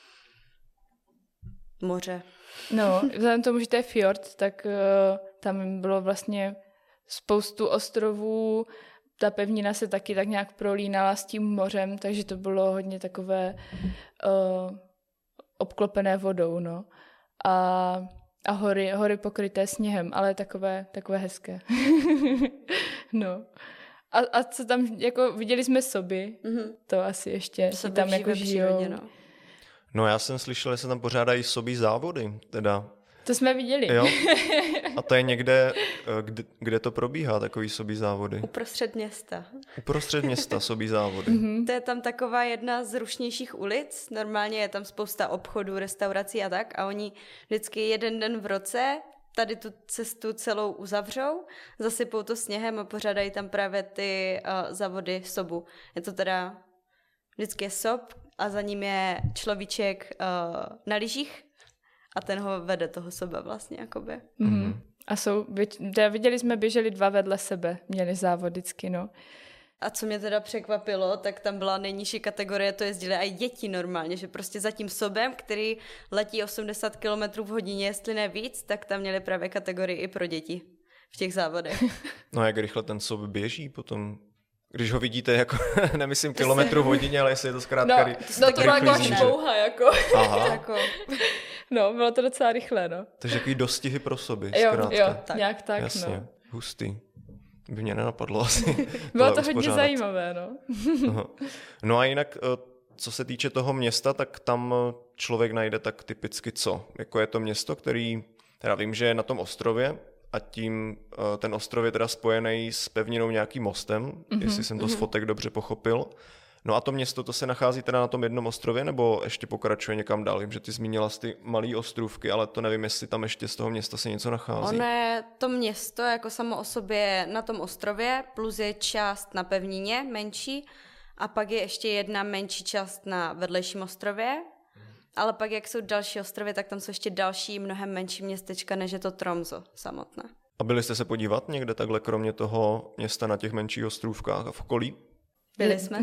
Moře. No, vzhledem tomu, že to je fjord, tak tam bylo vlastně spoustu ostrovů, ta pevnina se taky tak nějak prolínala s tím mořem, takže to bylo hodně takové obklopené vodou, no. A hory pokryté sněhem, ale takové hezké. No. A co tam, jako viděli jsme soby, to asi ještě tam jako žijou. No já jsem slyšel, že se tam pořádají sobí závody, teda. To jsme viděli. Jo. A to je někde, kde to probíhá, takový sobí závody? Uprostřed města. Uprostřed města sobí závody. To je tam taková jedna z rušnějších ulic. Normálně je tam spousta obchodů, restaurací a tak. A oni vždycky jeden den v roce tady tu cestu celou uzavřou, zasypou to sněhem a pořádají tam právě ty závody sobu. Je to teda vždycky je sob a za ním je človíček na lyžích a ten ho vede toho soba vlastně jakoby. A viděli jsme, běželi 2 vedle sebe, měli závod vždycky, no. A co mě teda překvapilo, tak tam byla nejnižší kategorie, to jezdili i děti normálně, že prostě za tím sobem, který letí 80 km v hodině, jestli ne víc, tak tam měli právě kategorii i pro děti v těch závodech. No a jak rychle ten sob běží potom? Když ho vidíte jako, nemyslím kilometru v hodině, ale jestli je to zkrátka... No to bylo jako až dlouhá, jako. Aha. Jako. No, bylo to docela rychle, no. Takže takový dostihy pro soby, zkrátka. Jo, tak. Nějak tak, jasně, no. Hustý. By mě nenapadlo asi. Bylo to hodně zajímavé, no. No a jinak, co se týče toho města, tak tam člověk najde tak typicky co? Jako je to město, který, teda vím, že je na tom ostrově, a tím ten ostrov je teda spojený s pevninou nějakým mostem, jestli jsem to z fotek dobře pochopil. No a to město, to se nachází teda na tom jednom ostrově, nebo ještě pokračuje někam dál? Vím, že ty zmínila ty malý ostrůvky, ale to nevím, jestli tam ještě z toho města se něco nachází. Ono je to město jako samo o sobě na tom ostrově, plus je část na pevnině, menší, a pak je ještě jedna menší část na vedlejším ostrově. Ale pak, jak jsou další ostrovy, tak tam jsou ještě další, mnohem menší městečka, než je to Tromso samotné. A byli jste se podívat někde takhle, kromě toho města na těch menších ostrůvkách a v okolí? Byli jsme.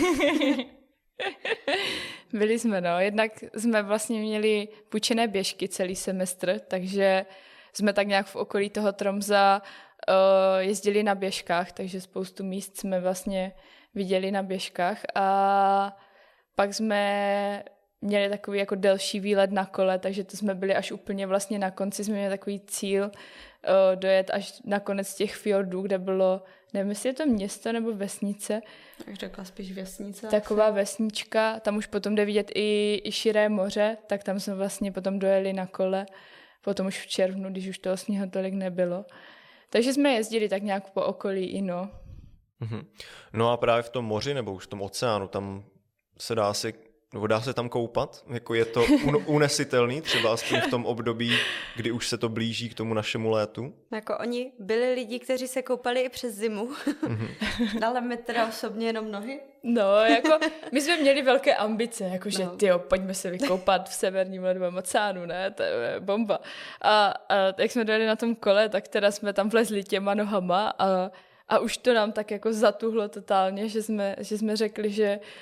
Byli jsme, no. Jednak jsme vlastně měli půjčené běžky celý semestr, takže jsme tak nějak v okolí toho Tromsa jezdili na běžkách, takže spoustu míst jsme vlastně viděli na běžkách a pak jsme měli takový jako delší výlet na kole, takže to jsme byli až úplně vlastně na konci, jsme měli takový cíl dojet až na konec těch fjordů, kde bylo, nevím, jestli je to město nebo vesnice. Jak řekla spíš vesnice. Taková vesnička, tam už potom jde vidět i širé moře, tak tam jsme vlastně potom dojeli na kole, potom už v červnu, když už toho sněhu tolik nebylo. Takže jsme jezdili tak nějak po okolí i no. No a právě v tom moři nebo už v tom oceánu, tam se dá se tam koupat? Jako je to unesitelný, třeba aspoň v tom období, kdy už se to blíží k tomu našemu létu? Jako oni byli lidi, kteří se koupali i přes zimu, ale my teda osobně jenom nohy. No, jako my jsme měli velké ambice, jakože pojďme se vykoupat v severním ledovém oceánu, ne, to je bomba. A jak jsme dojeli na tom kole, tak teda jsme tam vlezli těma nohama a už to nám tak jako zatuhlo totálně, že jsme řekli, že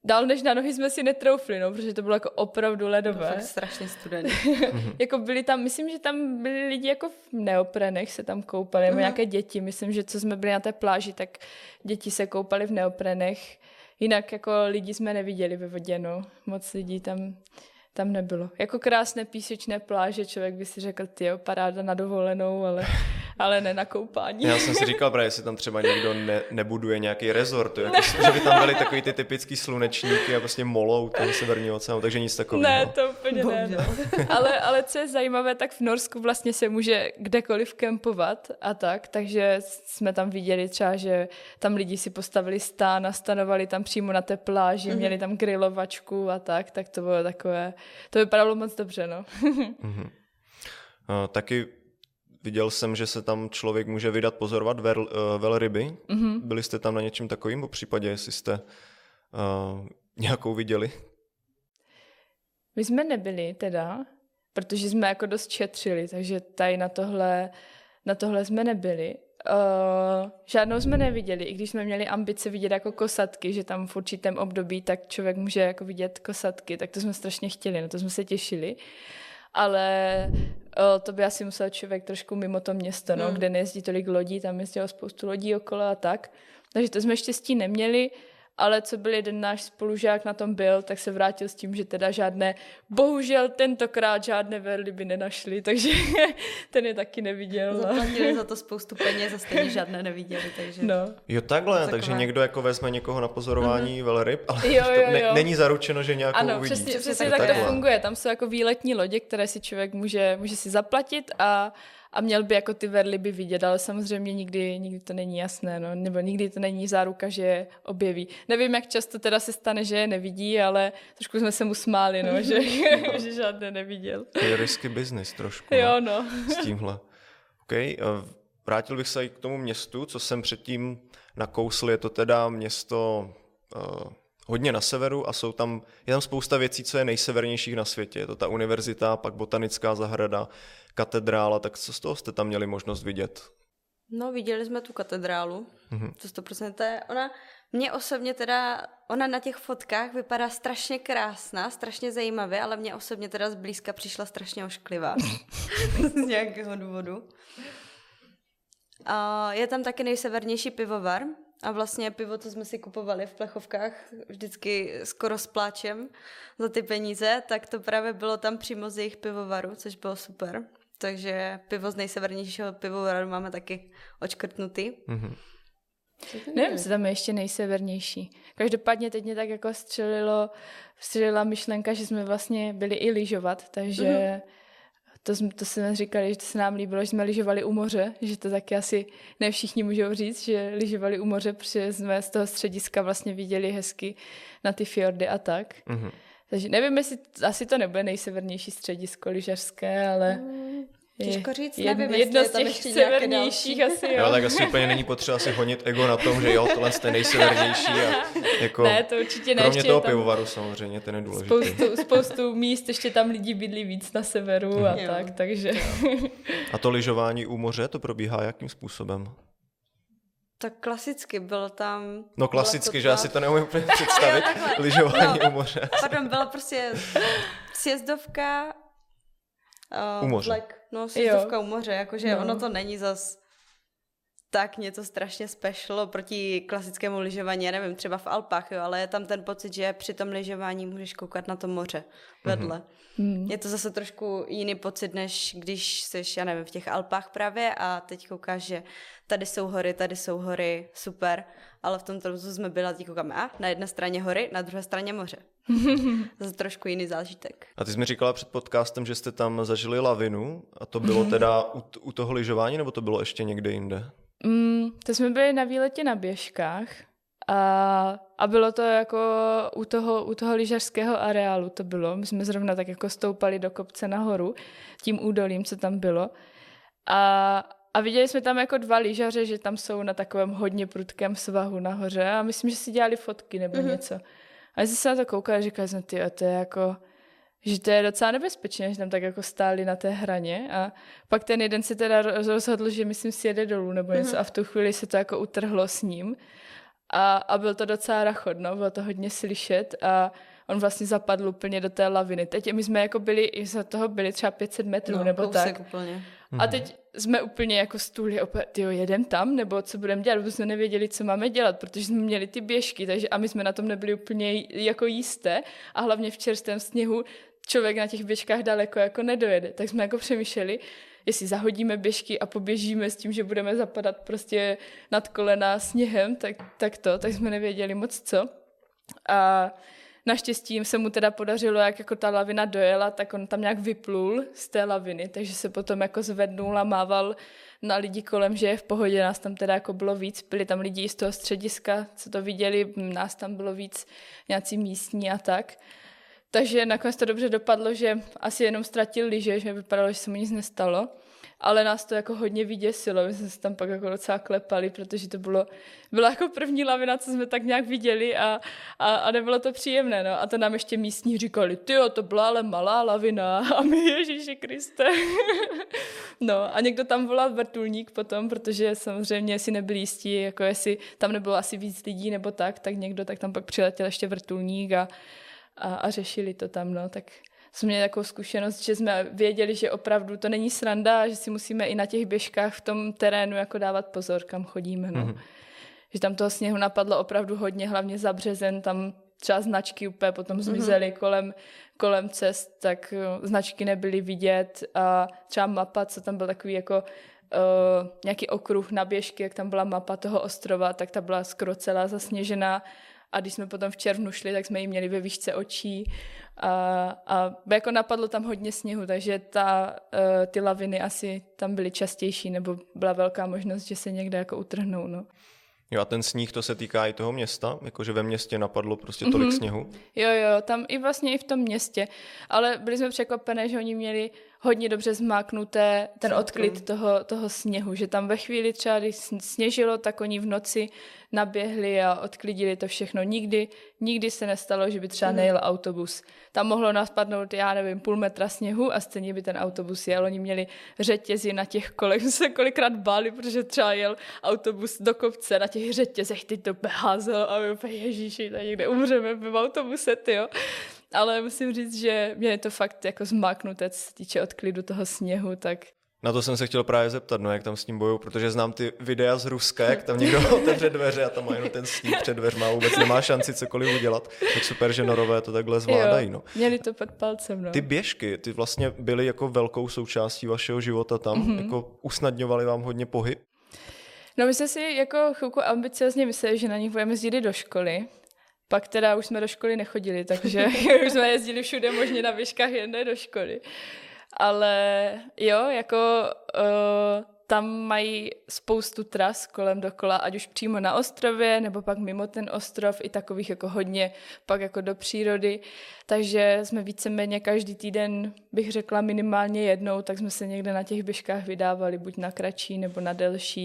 dál než na nohy jsme si netroufli, no, protože to bylo jako opravdu ledové. Fakt strašně studený. Jako byli tam, myslím, že tam byli lidi jako v neoprenech se tam koupali, nebo nějaké děti, myslím, že co jsme byli na té pláži, tak děti se koupali v neoprenech. Jinak jako lidi jsme neviděli ve vodě, no. Moc lidí tam nebylo. Jako krásné písečné pláže, člověk by si řekl, tyjo, paráda na dovolenou, ale ne na koupání. Já jsem si říkal, právě jestli tam třeba někdo nebuduje nějaký rezort, jako, že by tam byly takový ty typický slunečníky a prostě molou tam severní oceánu, takže nic takového. Ne, to úplně ne. No. Ale co je zajímavé, tak v Norsku vlastně se může kdekoliv kempovat a tak, takže jsme tam viděli třeba, že tam lidi si postavili stán a stanovali tam přímo na té pláži, měli tam grilovačku a tak to bylo takové, to vypadalo moc dobře, no. Taky viděl jsem, že se tam člověk může vydat pozorovat velryby. Byli jste tam na něčem takovým, po případě, jestli jste nějakou viděli? My jsme nebyli teda, protože jsme jako dost šetřili, takže tady na tohle jsme nebyli. Žádnou jsme neviděli, i když jsme měli ambice vidět jako kosatky, že tam v určitém období tak člověk může jako vidět kosatky, tak to jsme strašně chtěli, na to jsme se těšili. Ale to by asi musel člověk trošku mimo to město, no, kde nejezdí tolik lodí, tam jezdilo spoustu lodí okolo a tak. Takže to jsme štěstí neměli, ale co byl jeden náš spolužák na tom byl, tak se vrátil s tím, že teda bohužel tentokrát žádné velryby nenašli, takže ten je taky neviděl. Zaplatili za to spoustu peněz a stejně žádné neviděli, takže... No. Jo, takhle, takže někdo jako vezme někoho na pozorování velryb, ale jo. není zaručeno, že nějakou ano, uvidí. Ano, přesně tak to funguje. Tam jsou jako výletní lodě, které si člověk může si zaplatit a měl by jako ty velryby vidět, ale samozřejmě nikdy to není jasné, no, nebo nikdy to není záruka, že je objeví. Nevím, jak často teda se stane, že je nevidí, ale trošku jsme se mu smáli, no, že žádné neviděl. To je risky business trošku. Jo, no. S tímhle. Okay. Vrátil bych se i k tomu městu, co jsem předtím nakousl. Je to teda město hodně na severu a je tam spousta věcí, co je nejsevernějších na světě. Je to ta univerzita, pak botanická zahrada, katedrála, tak co z toho jste tam měli možnost vidět? No, viděli jsme tu katedrálu, to 100%. Mně osobně teda, ona na těch fotkách vypadá strašně krásná, strašně zajímavě, ale mně osobně teda zblízka přišla strašně ošklivá. Z nějakého důvodu. Je tam taky nejsevernější pivovar a vlastně pivo, co jsme si kupovali v plechovkách, vždycky skoro s pláčem za ty peníze, tak to právě bylo tam přímo z jejich pivovaru, což bylo super. Takže pivo z nejsevernějšího pivovaru máme taky očkrtnutý. Nevím, jestli tam je ještě nejsevernější. Každopádně teď mě tak jako střelila myšlenka, že jsme vlastně byli i lyžovat, takže to jsme říkali, že to se nám líbilo, že jsme lyžovali u moře, že to taky asi ne všichni můžou říct, že lyžovali u moře, protože jsme z toho střediska vlastně viděli hezky na ty fjordy a tak. Takže nevím, jestli asi to nebude nejsevernější středisko lyžařské, ale těžko říct, nevím, jedno z těch severnějších asi, jo. No, tak asi úplně není potřeba si honit ego na tom, že jo, tohle je nejsevernější. A jako, ne, to určitě ne. Kromě toho pivovaru samozřejmě, ten je důležitý. Spoustu míst, ještě tam lidi bydlí víc na severu a tak, takže... A to lyžování u moře, to probíhá jakým způsobem? Tak klasicky byl tam... No klasicky, že já si to neumím úplně představit, lyžování u moře. Pardon, byla prostě sjezdovka u moře. Sjezdovka u moře, jakože ono to není zas tak něco strašně special proti klasickému lyžování, já nevím, třeba v Alpách, jo, ale je tam ten pocit, že při tom lyžování můžeš koukat na to moře vedle. Je to zase trošku jiný pocit, než když seš, já nevím, v těch Alpách právě a teď koukáš, že tady jsou hory, super, ale v tom trochu jsme byli a teď koukáme, na jedné straně hory, na druhé straně moře. Zase trošku jiný zážitek. A ty jsi mi říkala před podcastem, že jste tam zažili lavinu a to bylo teda u toho lyžování, nebo to bylo ještě někde jinde? To jsme byli na výletě na běžkách a bylo to jako u toho lyžařského areálu to bylo. My jsme zrovna tak jako stoupali do kopce nahoru tím údolím, co tam bylo. A viděli jsme tam jako 2 lyžaře, že tam jsou na takovém hodně prudkém svahu nahoře a myslím, že si dělali fotky nebo něco. A já jsem se na to koukala a říkala jsem, to je jako... že to je docela nebezpečné, že tam tak jako stáli na té hraně a pak ten jeden si teda rozhodl, že myslím si jede dolů nebo něco a v tu chvíli se to jako utrhlo s ním a byl to docela rachot, no, bylo to hodně slyšet a on vlastně zapadl úplně do té laviny. Teď my jsme jako byli, jsme toho byli třeba 500 metrů nebo tak. Úplně. A teď jsme úplně jako stůli, tyjo, jedem tam, nebo co budeme dělat, protože jsme nevěděli, co máme dělat, protože jsme měli ty běžky, takže a my jsme na tom nebyli úplně jako jisté a hlavně v čerstvém sněhu člověk na těch běžkách daleko jako nedojede. Tak jsme jako přemýšleli, jestli zahodíme běžky a poběžíme s tím, že budeme zapadat prostě nad kolena sněhem, tak jsme nevěděli moc co. A naštěstí se mu teda podařilo, jak jako ta lavina dojela, tak on tam nějak vyplul z té laviny, takže se potom jako zvednul a mával na lidi kolem, že je v pohodě, nás tam teda jako bylo víc, byli tam lidi z toho střediska, co to viděli, nás tam bylo víc nějací místní a tak. Takže nakonec to dobře dopadlo, že asi jenom ztratil lyže, že vypadalo, že se mu nic nestalo, ale nás to jako hodně vyděsilo, my jsme se tam pak jako docela klepali, protože to byla jako první lavina, co jsme tak nějak viděli a nebylo to příjemné, no. A to nám ještě místní říkali, tyjo, to byla ale malá lavina a my, Ježíši Kriste. No a někdo tam volal vrtulník potom, protože samozřejmě si nebyli jistí, jako jestli tam nebylo asi víc lidí nebo tak někdo tak tam pak přiletěl ještě vrtulník a řešili to tam, no, tak jsme měli takovou zkušenost, že jsme věděli, že opravdu to není sranda a že si musíme i na těch běžkách v tom terénu jako dávat pozor, kam chodíme, no. Že tam toho sněhu napadlo opravdu hodně, hlavně za březen, tam třeba značky úplně potom zmizely kolem cest, tak značky nebyly vidět a třeba mapa, co tam byl takový jako nějaký okruh na běžky, jak tam byla mapa toho ostrova, tak ta byla skoro celá zasněžená. A když jsme potom v červnu šli, tak jsme ji měli ve výšce očí a jako napadlo tam hodně sněhu, takže ty laviny asi tam byly častější, nebo byla velká možnost, že se někde jako utrhnou, no. Jo, a ten sníh, to se týká i toho města? Jakože ve městě napadlo prostě tolik sněhu? Jo, tam i vlastně i v tom městě, ale byli jsme překvapené, že oni měli hodně dobře zmáknuté ten odklid toho sněhu, že tam ve chvíli třeba, když sněžilo, tak oni v noci naběhli a odklidili to všechno. Nikdy se nestalo, že by třeba nejel autobus. Tam mohlo naspadnout, já nevím, půl metra sněhu a stejně by ten autobus jel. Oni měli řetězy na těch kolech, jsme se kolikrát báli, protože třeba jel autobus do kopce na těch řetězech, teď to házelo a my úplně, ježíši, tady někde umřeme v autobuse, tyjo. Ale musím říct, že mě to fakt jako zmáknuté, co se týče odklidu toho sněhu, tak... Na to jsem se chtěl právě zeptat, no, jak tam s tím bojují, protože znám ty videa z Ruska, jak tam někdo otevře dveře a tam má jenom ten sníh před dveřma, vůbec nemá šanci cokoliv udělat. Tak super, že Norové to takhle zvládají. No. Měli to pod palcem. No. Ty běžky, ty vlastně byly jako velkou součástí vašeho života tam, jako usnadňovaly vám hodně pohyb? No my jsme si jako chvilku ambiciozně mysleli, že na nich budeme jezdit do školy. Pak teda už jsme do školy nechodili, takže už jsme jezdili všude možně na běžkách, jen ne do školy. Ale jo, jako tam mají spoustu tras kolem dokola, ať už přímo na ostrově, nebo pak mimo ten ostrov, i takových jako hodně, pak jako do přírody. Takže jsme víceméně každý týden, bych řekla minimálně jednou, tak jsme se někde na těch běžkách vydávali, buď na kratší, nebo na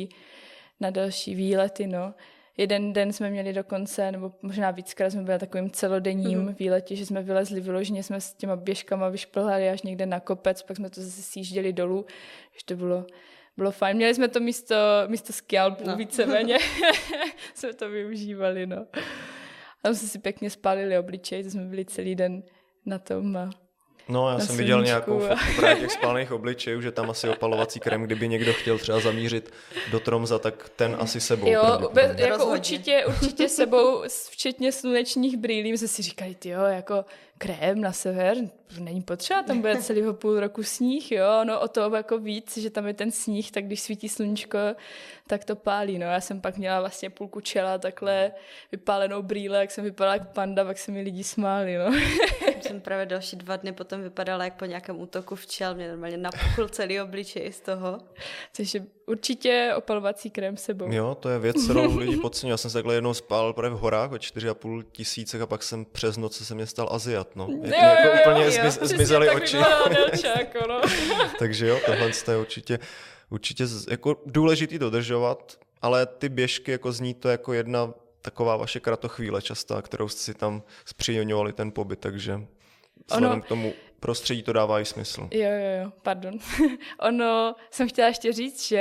delší výlety, no. Jeden den jsme měli dokonce, nebo možná víckrát jsme byli na takovým celodenním výletě, že jsme vylezli vyloženě, jsme s těma běžkama vyšplhali až někde na kopec, pak jsme to zase sjížděli dolů, že to bylo fajn. Měli jsme to místo skialpů víceméně, jsme to využívali, no. A tam jsme si pěkně spálili obličej, to jsme byli celý den na tom a no, já jsem viděl nějakou fotku právě těch spálných obličejů, že tam asi opalovací krém, kdyby někdo chtěl třeba zamířit do Tromsa, tak ten asi sebou. Jo, jako určitě sebou, včetně slunečních brýlí, my jsme si říkali, tyjo, jako krém na sever, není potřeba, tam bude celého půl roku sníh, jo, no o to jako víc, že tam je ten sníh, tak když svítí sluníčko, tak to pálí, no. Já jsem pak měla vlastně půlku čela takhle vypálenou brýle, jak jsem vypadala jak panda, pak se mi lidi smáli, no. Jsem právě další 2 dny potom vypadala jak po nějakém útoku včel, mě normálně napuchl celý obličej z toho. Takže určitě opalovací krém sebou. Jo, to je věc, kterou lidi podceňují. Já jsem se takhle jednou spálil právě v horách o 4,5 tisících a pak jsem přes noc se mě stal Aziat, no. Jako úplně zmizely oči. No. Takže jo, tohle je určitě jako důležitý dodržovat, ale ty běžky jako zní to jako jedna taková vaše kratochvíle častá, kterou jste si tam zpříjemňovali ten pobyt, takže vzhledem k tomu prostředí to dává i smysl. Jo, pardon. Jsem chtěla ještě říct, že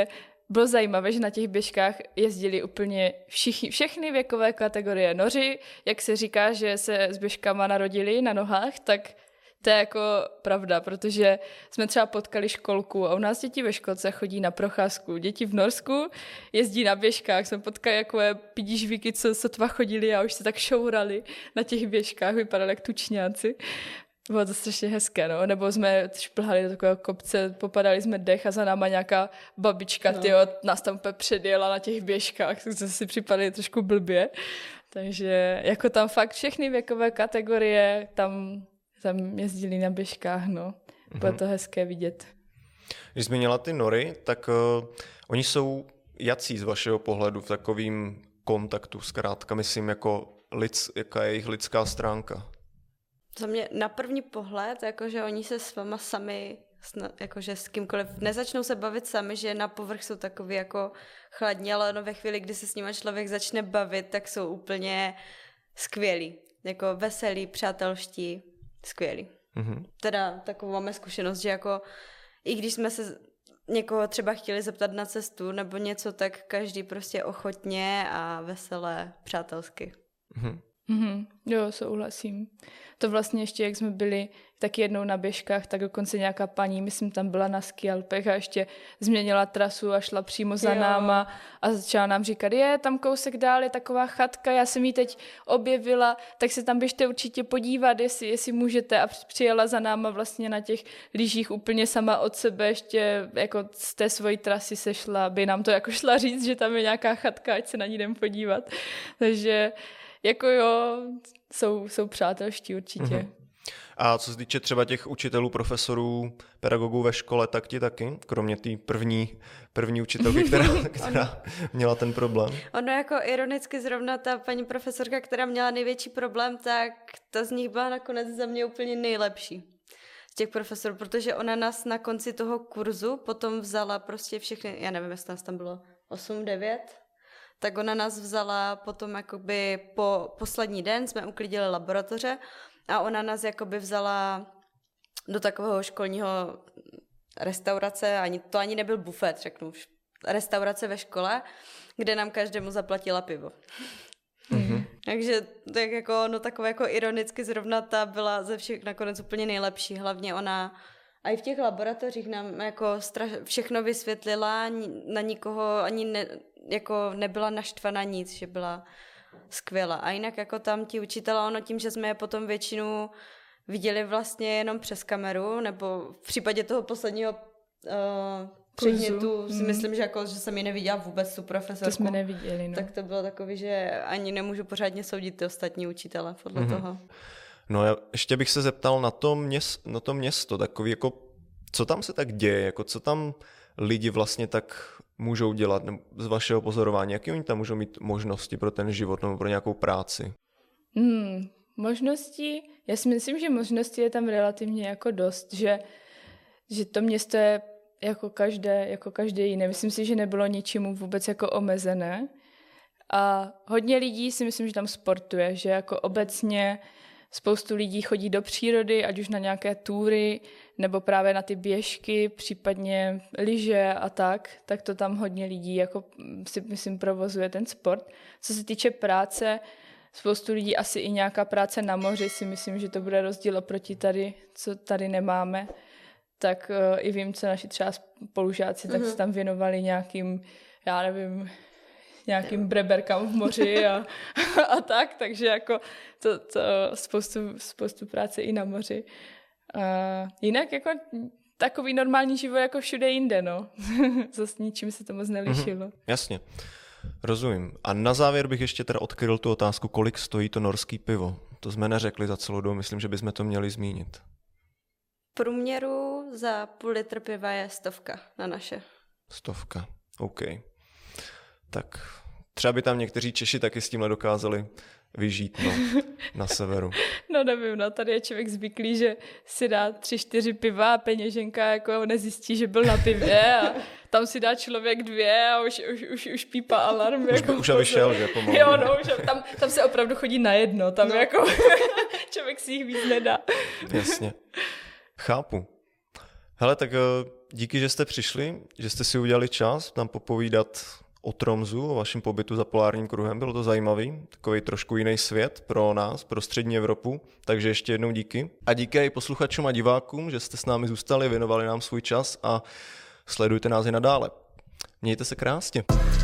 bylo zajímavé, že na těch běžkách jezdili úplně všechny věkové kategorie. Noři, jak se říká, že se s běžkama narodili na nohách, tak to je jako pravda, protože jsme třeba potkali školku a u nás děti ve školce chodí na procházku. Děti v Norsku jezdí na běžkách. Jsme potkali takové pidižvíky, co sotva chodili a už se tak šourali na těch běžkách, vypadali jak tučňáci. Bylo to strašně hezké, no. Nebo jsme šplhali do takového kopce, popadali jsme dech a za náma nějaká babička, nás tam úplně předjela na těch běžkách, tak jsme si připadali trošku blbě. Takže jako tam fakt všechny věkové kategorie tam jezdili na běžkách, no. Bylo to hezké vidět. Když zmínila ty nory, tak oni jsou jací z vašeho pohledu v takovým kontaktu, zkrátka, myslím, jaká je jejich lidská stránka? Za mě na první pohled, jakože oni se s váma sami, jakože s kýmkoliv, nezačnou se bavit sami, že na povrch jsou takový jako chladní, ale ve chvíli, kdy se s nimi člověk začne bavit, tak jsou úplně skvělí. Jako veselí, přátelští, skvělí. Mm-hmm. Teda takovou máme zkušenost, že jako i když jsme se někoho třeba chtěli zeptat na cestu nebo něco, tak každý prostě ochotně a veselé, přátelsky. Mm-hmm. Mm-hmm. Jo, souhlasím. To vlastně ještě, jak jsme byli taky jednou na běžkách, tak dokonce nějaká paní, myslím, tam byla na skialpech a ještě změnila trasu a šla přímo za náma a začala nám říkat, tam kousek dál je taková chatka, já jsem ji teď objevila, tak se tam běžte určitě podívat, jestli můžete, a přijela za náma vlastně na těch lyžích úplně sama od sebe, ještě jako z té svojí trasy sešla, aby nám to jako šla říct, že tam je nějaká chatka, ať se na ní jdem podívat. Takže jako jsou přátelští určitě. Mm-hmm. A co se týče třeba těch učitelů, profesorů, pedagogů ve škole, tak ti taky? Kromě té první učitelky, která měla ten problém. Ono jako ironicky zrovna ta paní profesorka, která měla největší problém, tak ta z nich byla nakonec za mě úplně nejlepší z těch profesorů, protože ona nás na konci toho kurzu potom vzala prostě všechny, já nevím, jestli nás tam bylo 8-9, tak ona nás vzala potom jakoby po poslední den, jsme uklidili laboratoře a ona nás jakoby vzala do takového školního restaurace, to ani nebyl bufet, řeknu, restaurace ve škole, kde nám každému zaplatila pivo. Mm-hmm. Takže tak jako, takové jako ironicky zrovna ta byla ze všech nakonec úplně nejlepší, hlavně ona a i v těch laboratořích nám jako všechno vysvětlila, na nikoho ani jako nebyla naštvaná nic, že byla skvělá. A jinak jako tam ti učitelé, ono tím, že jsme je potom většinu viděli vlastně jenom přes kameru, nebo v případě toho posledního předmětu si myslím, že jsem ji neviděla vůbec tu profesorku. To jsme neviděli, no. Tak to bylo takový, že ani nemůžu pořádně soudit ty ostatní učitele podle toho. No já ještě bych se zeptal na to město, takový jako, co tam se tak děje, jako co tam lidi vlastně tak můžou dělat, nebo z vašeho pozorování, jaké oni tam můžou mít možnosti pro ten život nebo pro nějakou práci? Možnosti, já si myslím, že možnosti je tam relativně jako dost, že to město je jako každé jiné. Myslím si, že nebylo ničemu vůbec jako omezené. A hodně lidí si myslím, že tam sportuje, že jako obecně spoustu lidí chodí do přírody, ať už na nějaké túry, nebo právě na ty běžky, případně lyže a tak to tam hodně lidí jako si myslím provozuje ten sport. Co se týče práce, spoustu lidí asi i nějaká práce na moři, si myslím, že to bude rozdíl oproti tady, co tady nemáme. Tak i vím, co naši třeba spolužáci, tak se tam věnovali nějakým, já nevím, nějakým breberkám v moři a tak, takže jako to spoustu práce i na moři. A jinak jako takový normální život jako všude jinde, no. Zase ničím se to moc nelišilo. Jasně, rozumím. A na závěr bych ještě teda odkryl tu otázku, kolik stojí to norský pivo. To jsme neřekli za celou dobu, myslím, že bychom to měli zmínit. V průměru za půl litr piva je 100 na naše. 100, OK. Tak třeba by tam někteří Češi taky s tímhle dokázali vyžít, na severu. No nevím, tady je člověk zvyklý, že si dá 3-4 piva a peněženka jako nezjistí, že byl na pivě a tam si dá člověk 2 a už pípá alarm. Už vyšel, že pomalu. Jo, tam se opravdu chodí na jedno, tam jako člověk si jich víc nedá. Jasně. Chápu. Hele, tak díky, že jste přišli, že jste si udělali čas tam popovídat o Tromsu, o vašem pobytu za polárním kruhem. Bylo to zajímavý, takový trošku jiný svět pro nás, pro střední Evropu, takže ještě jednou díky. A díky i posluchačům a divákům, že jste s námi zůstali, věnovali nám svůj čas a sledujte nás i nadále. Mějte se krásně.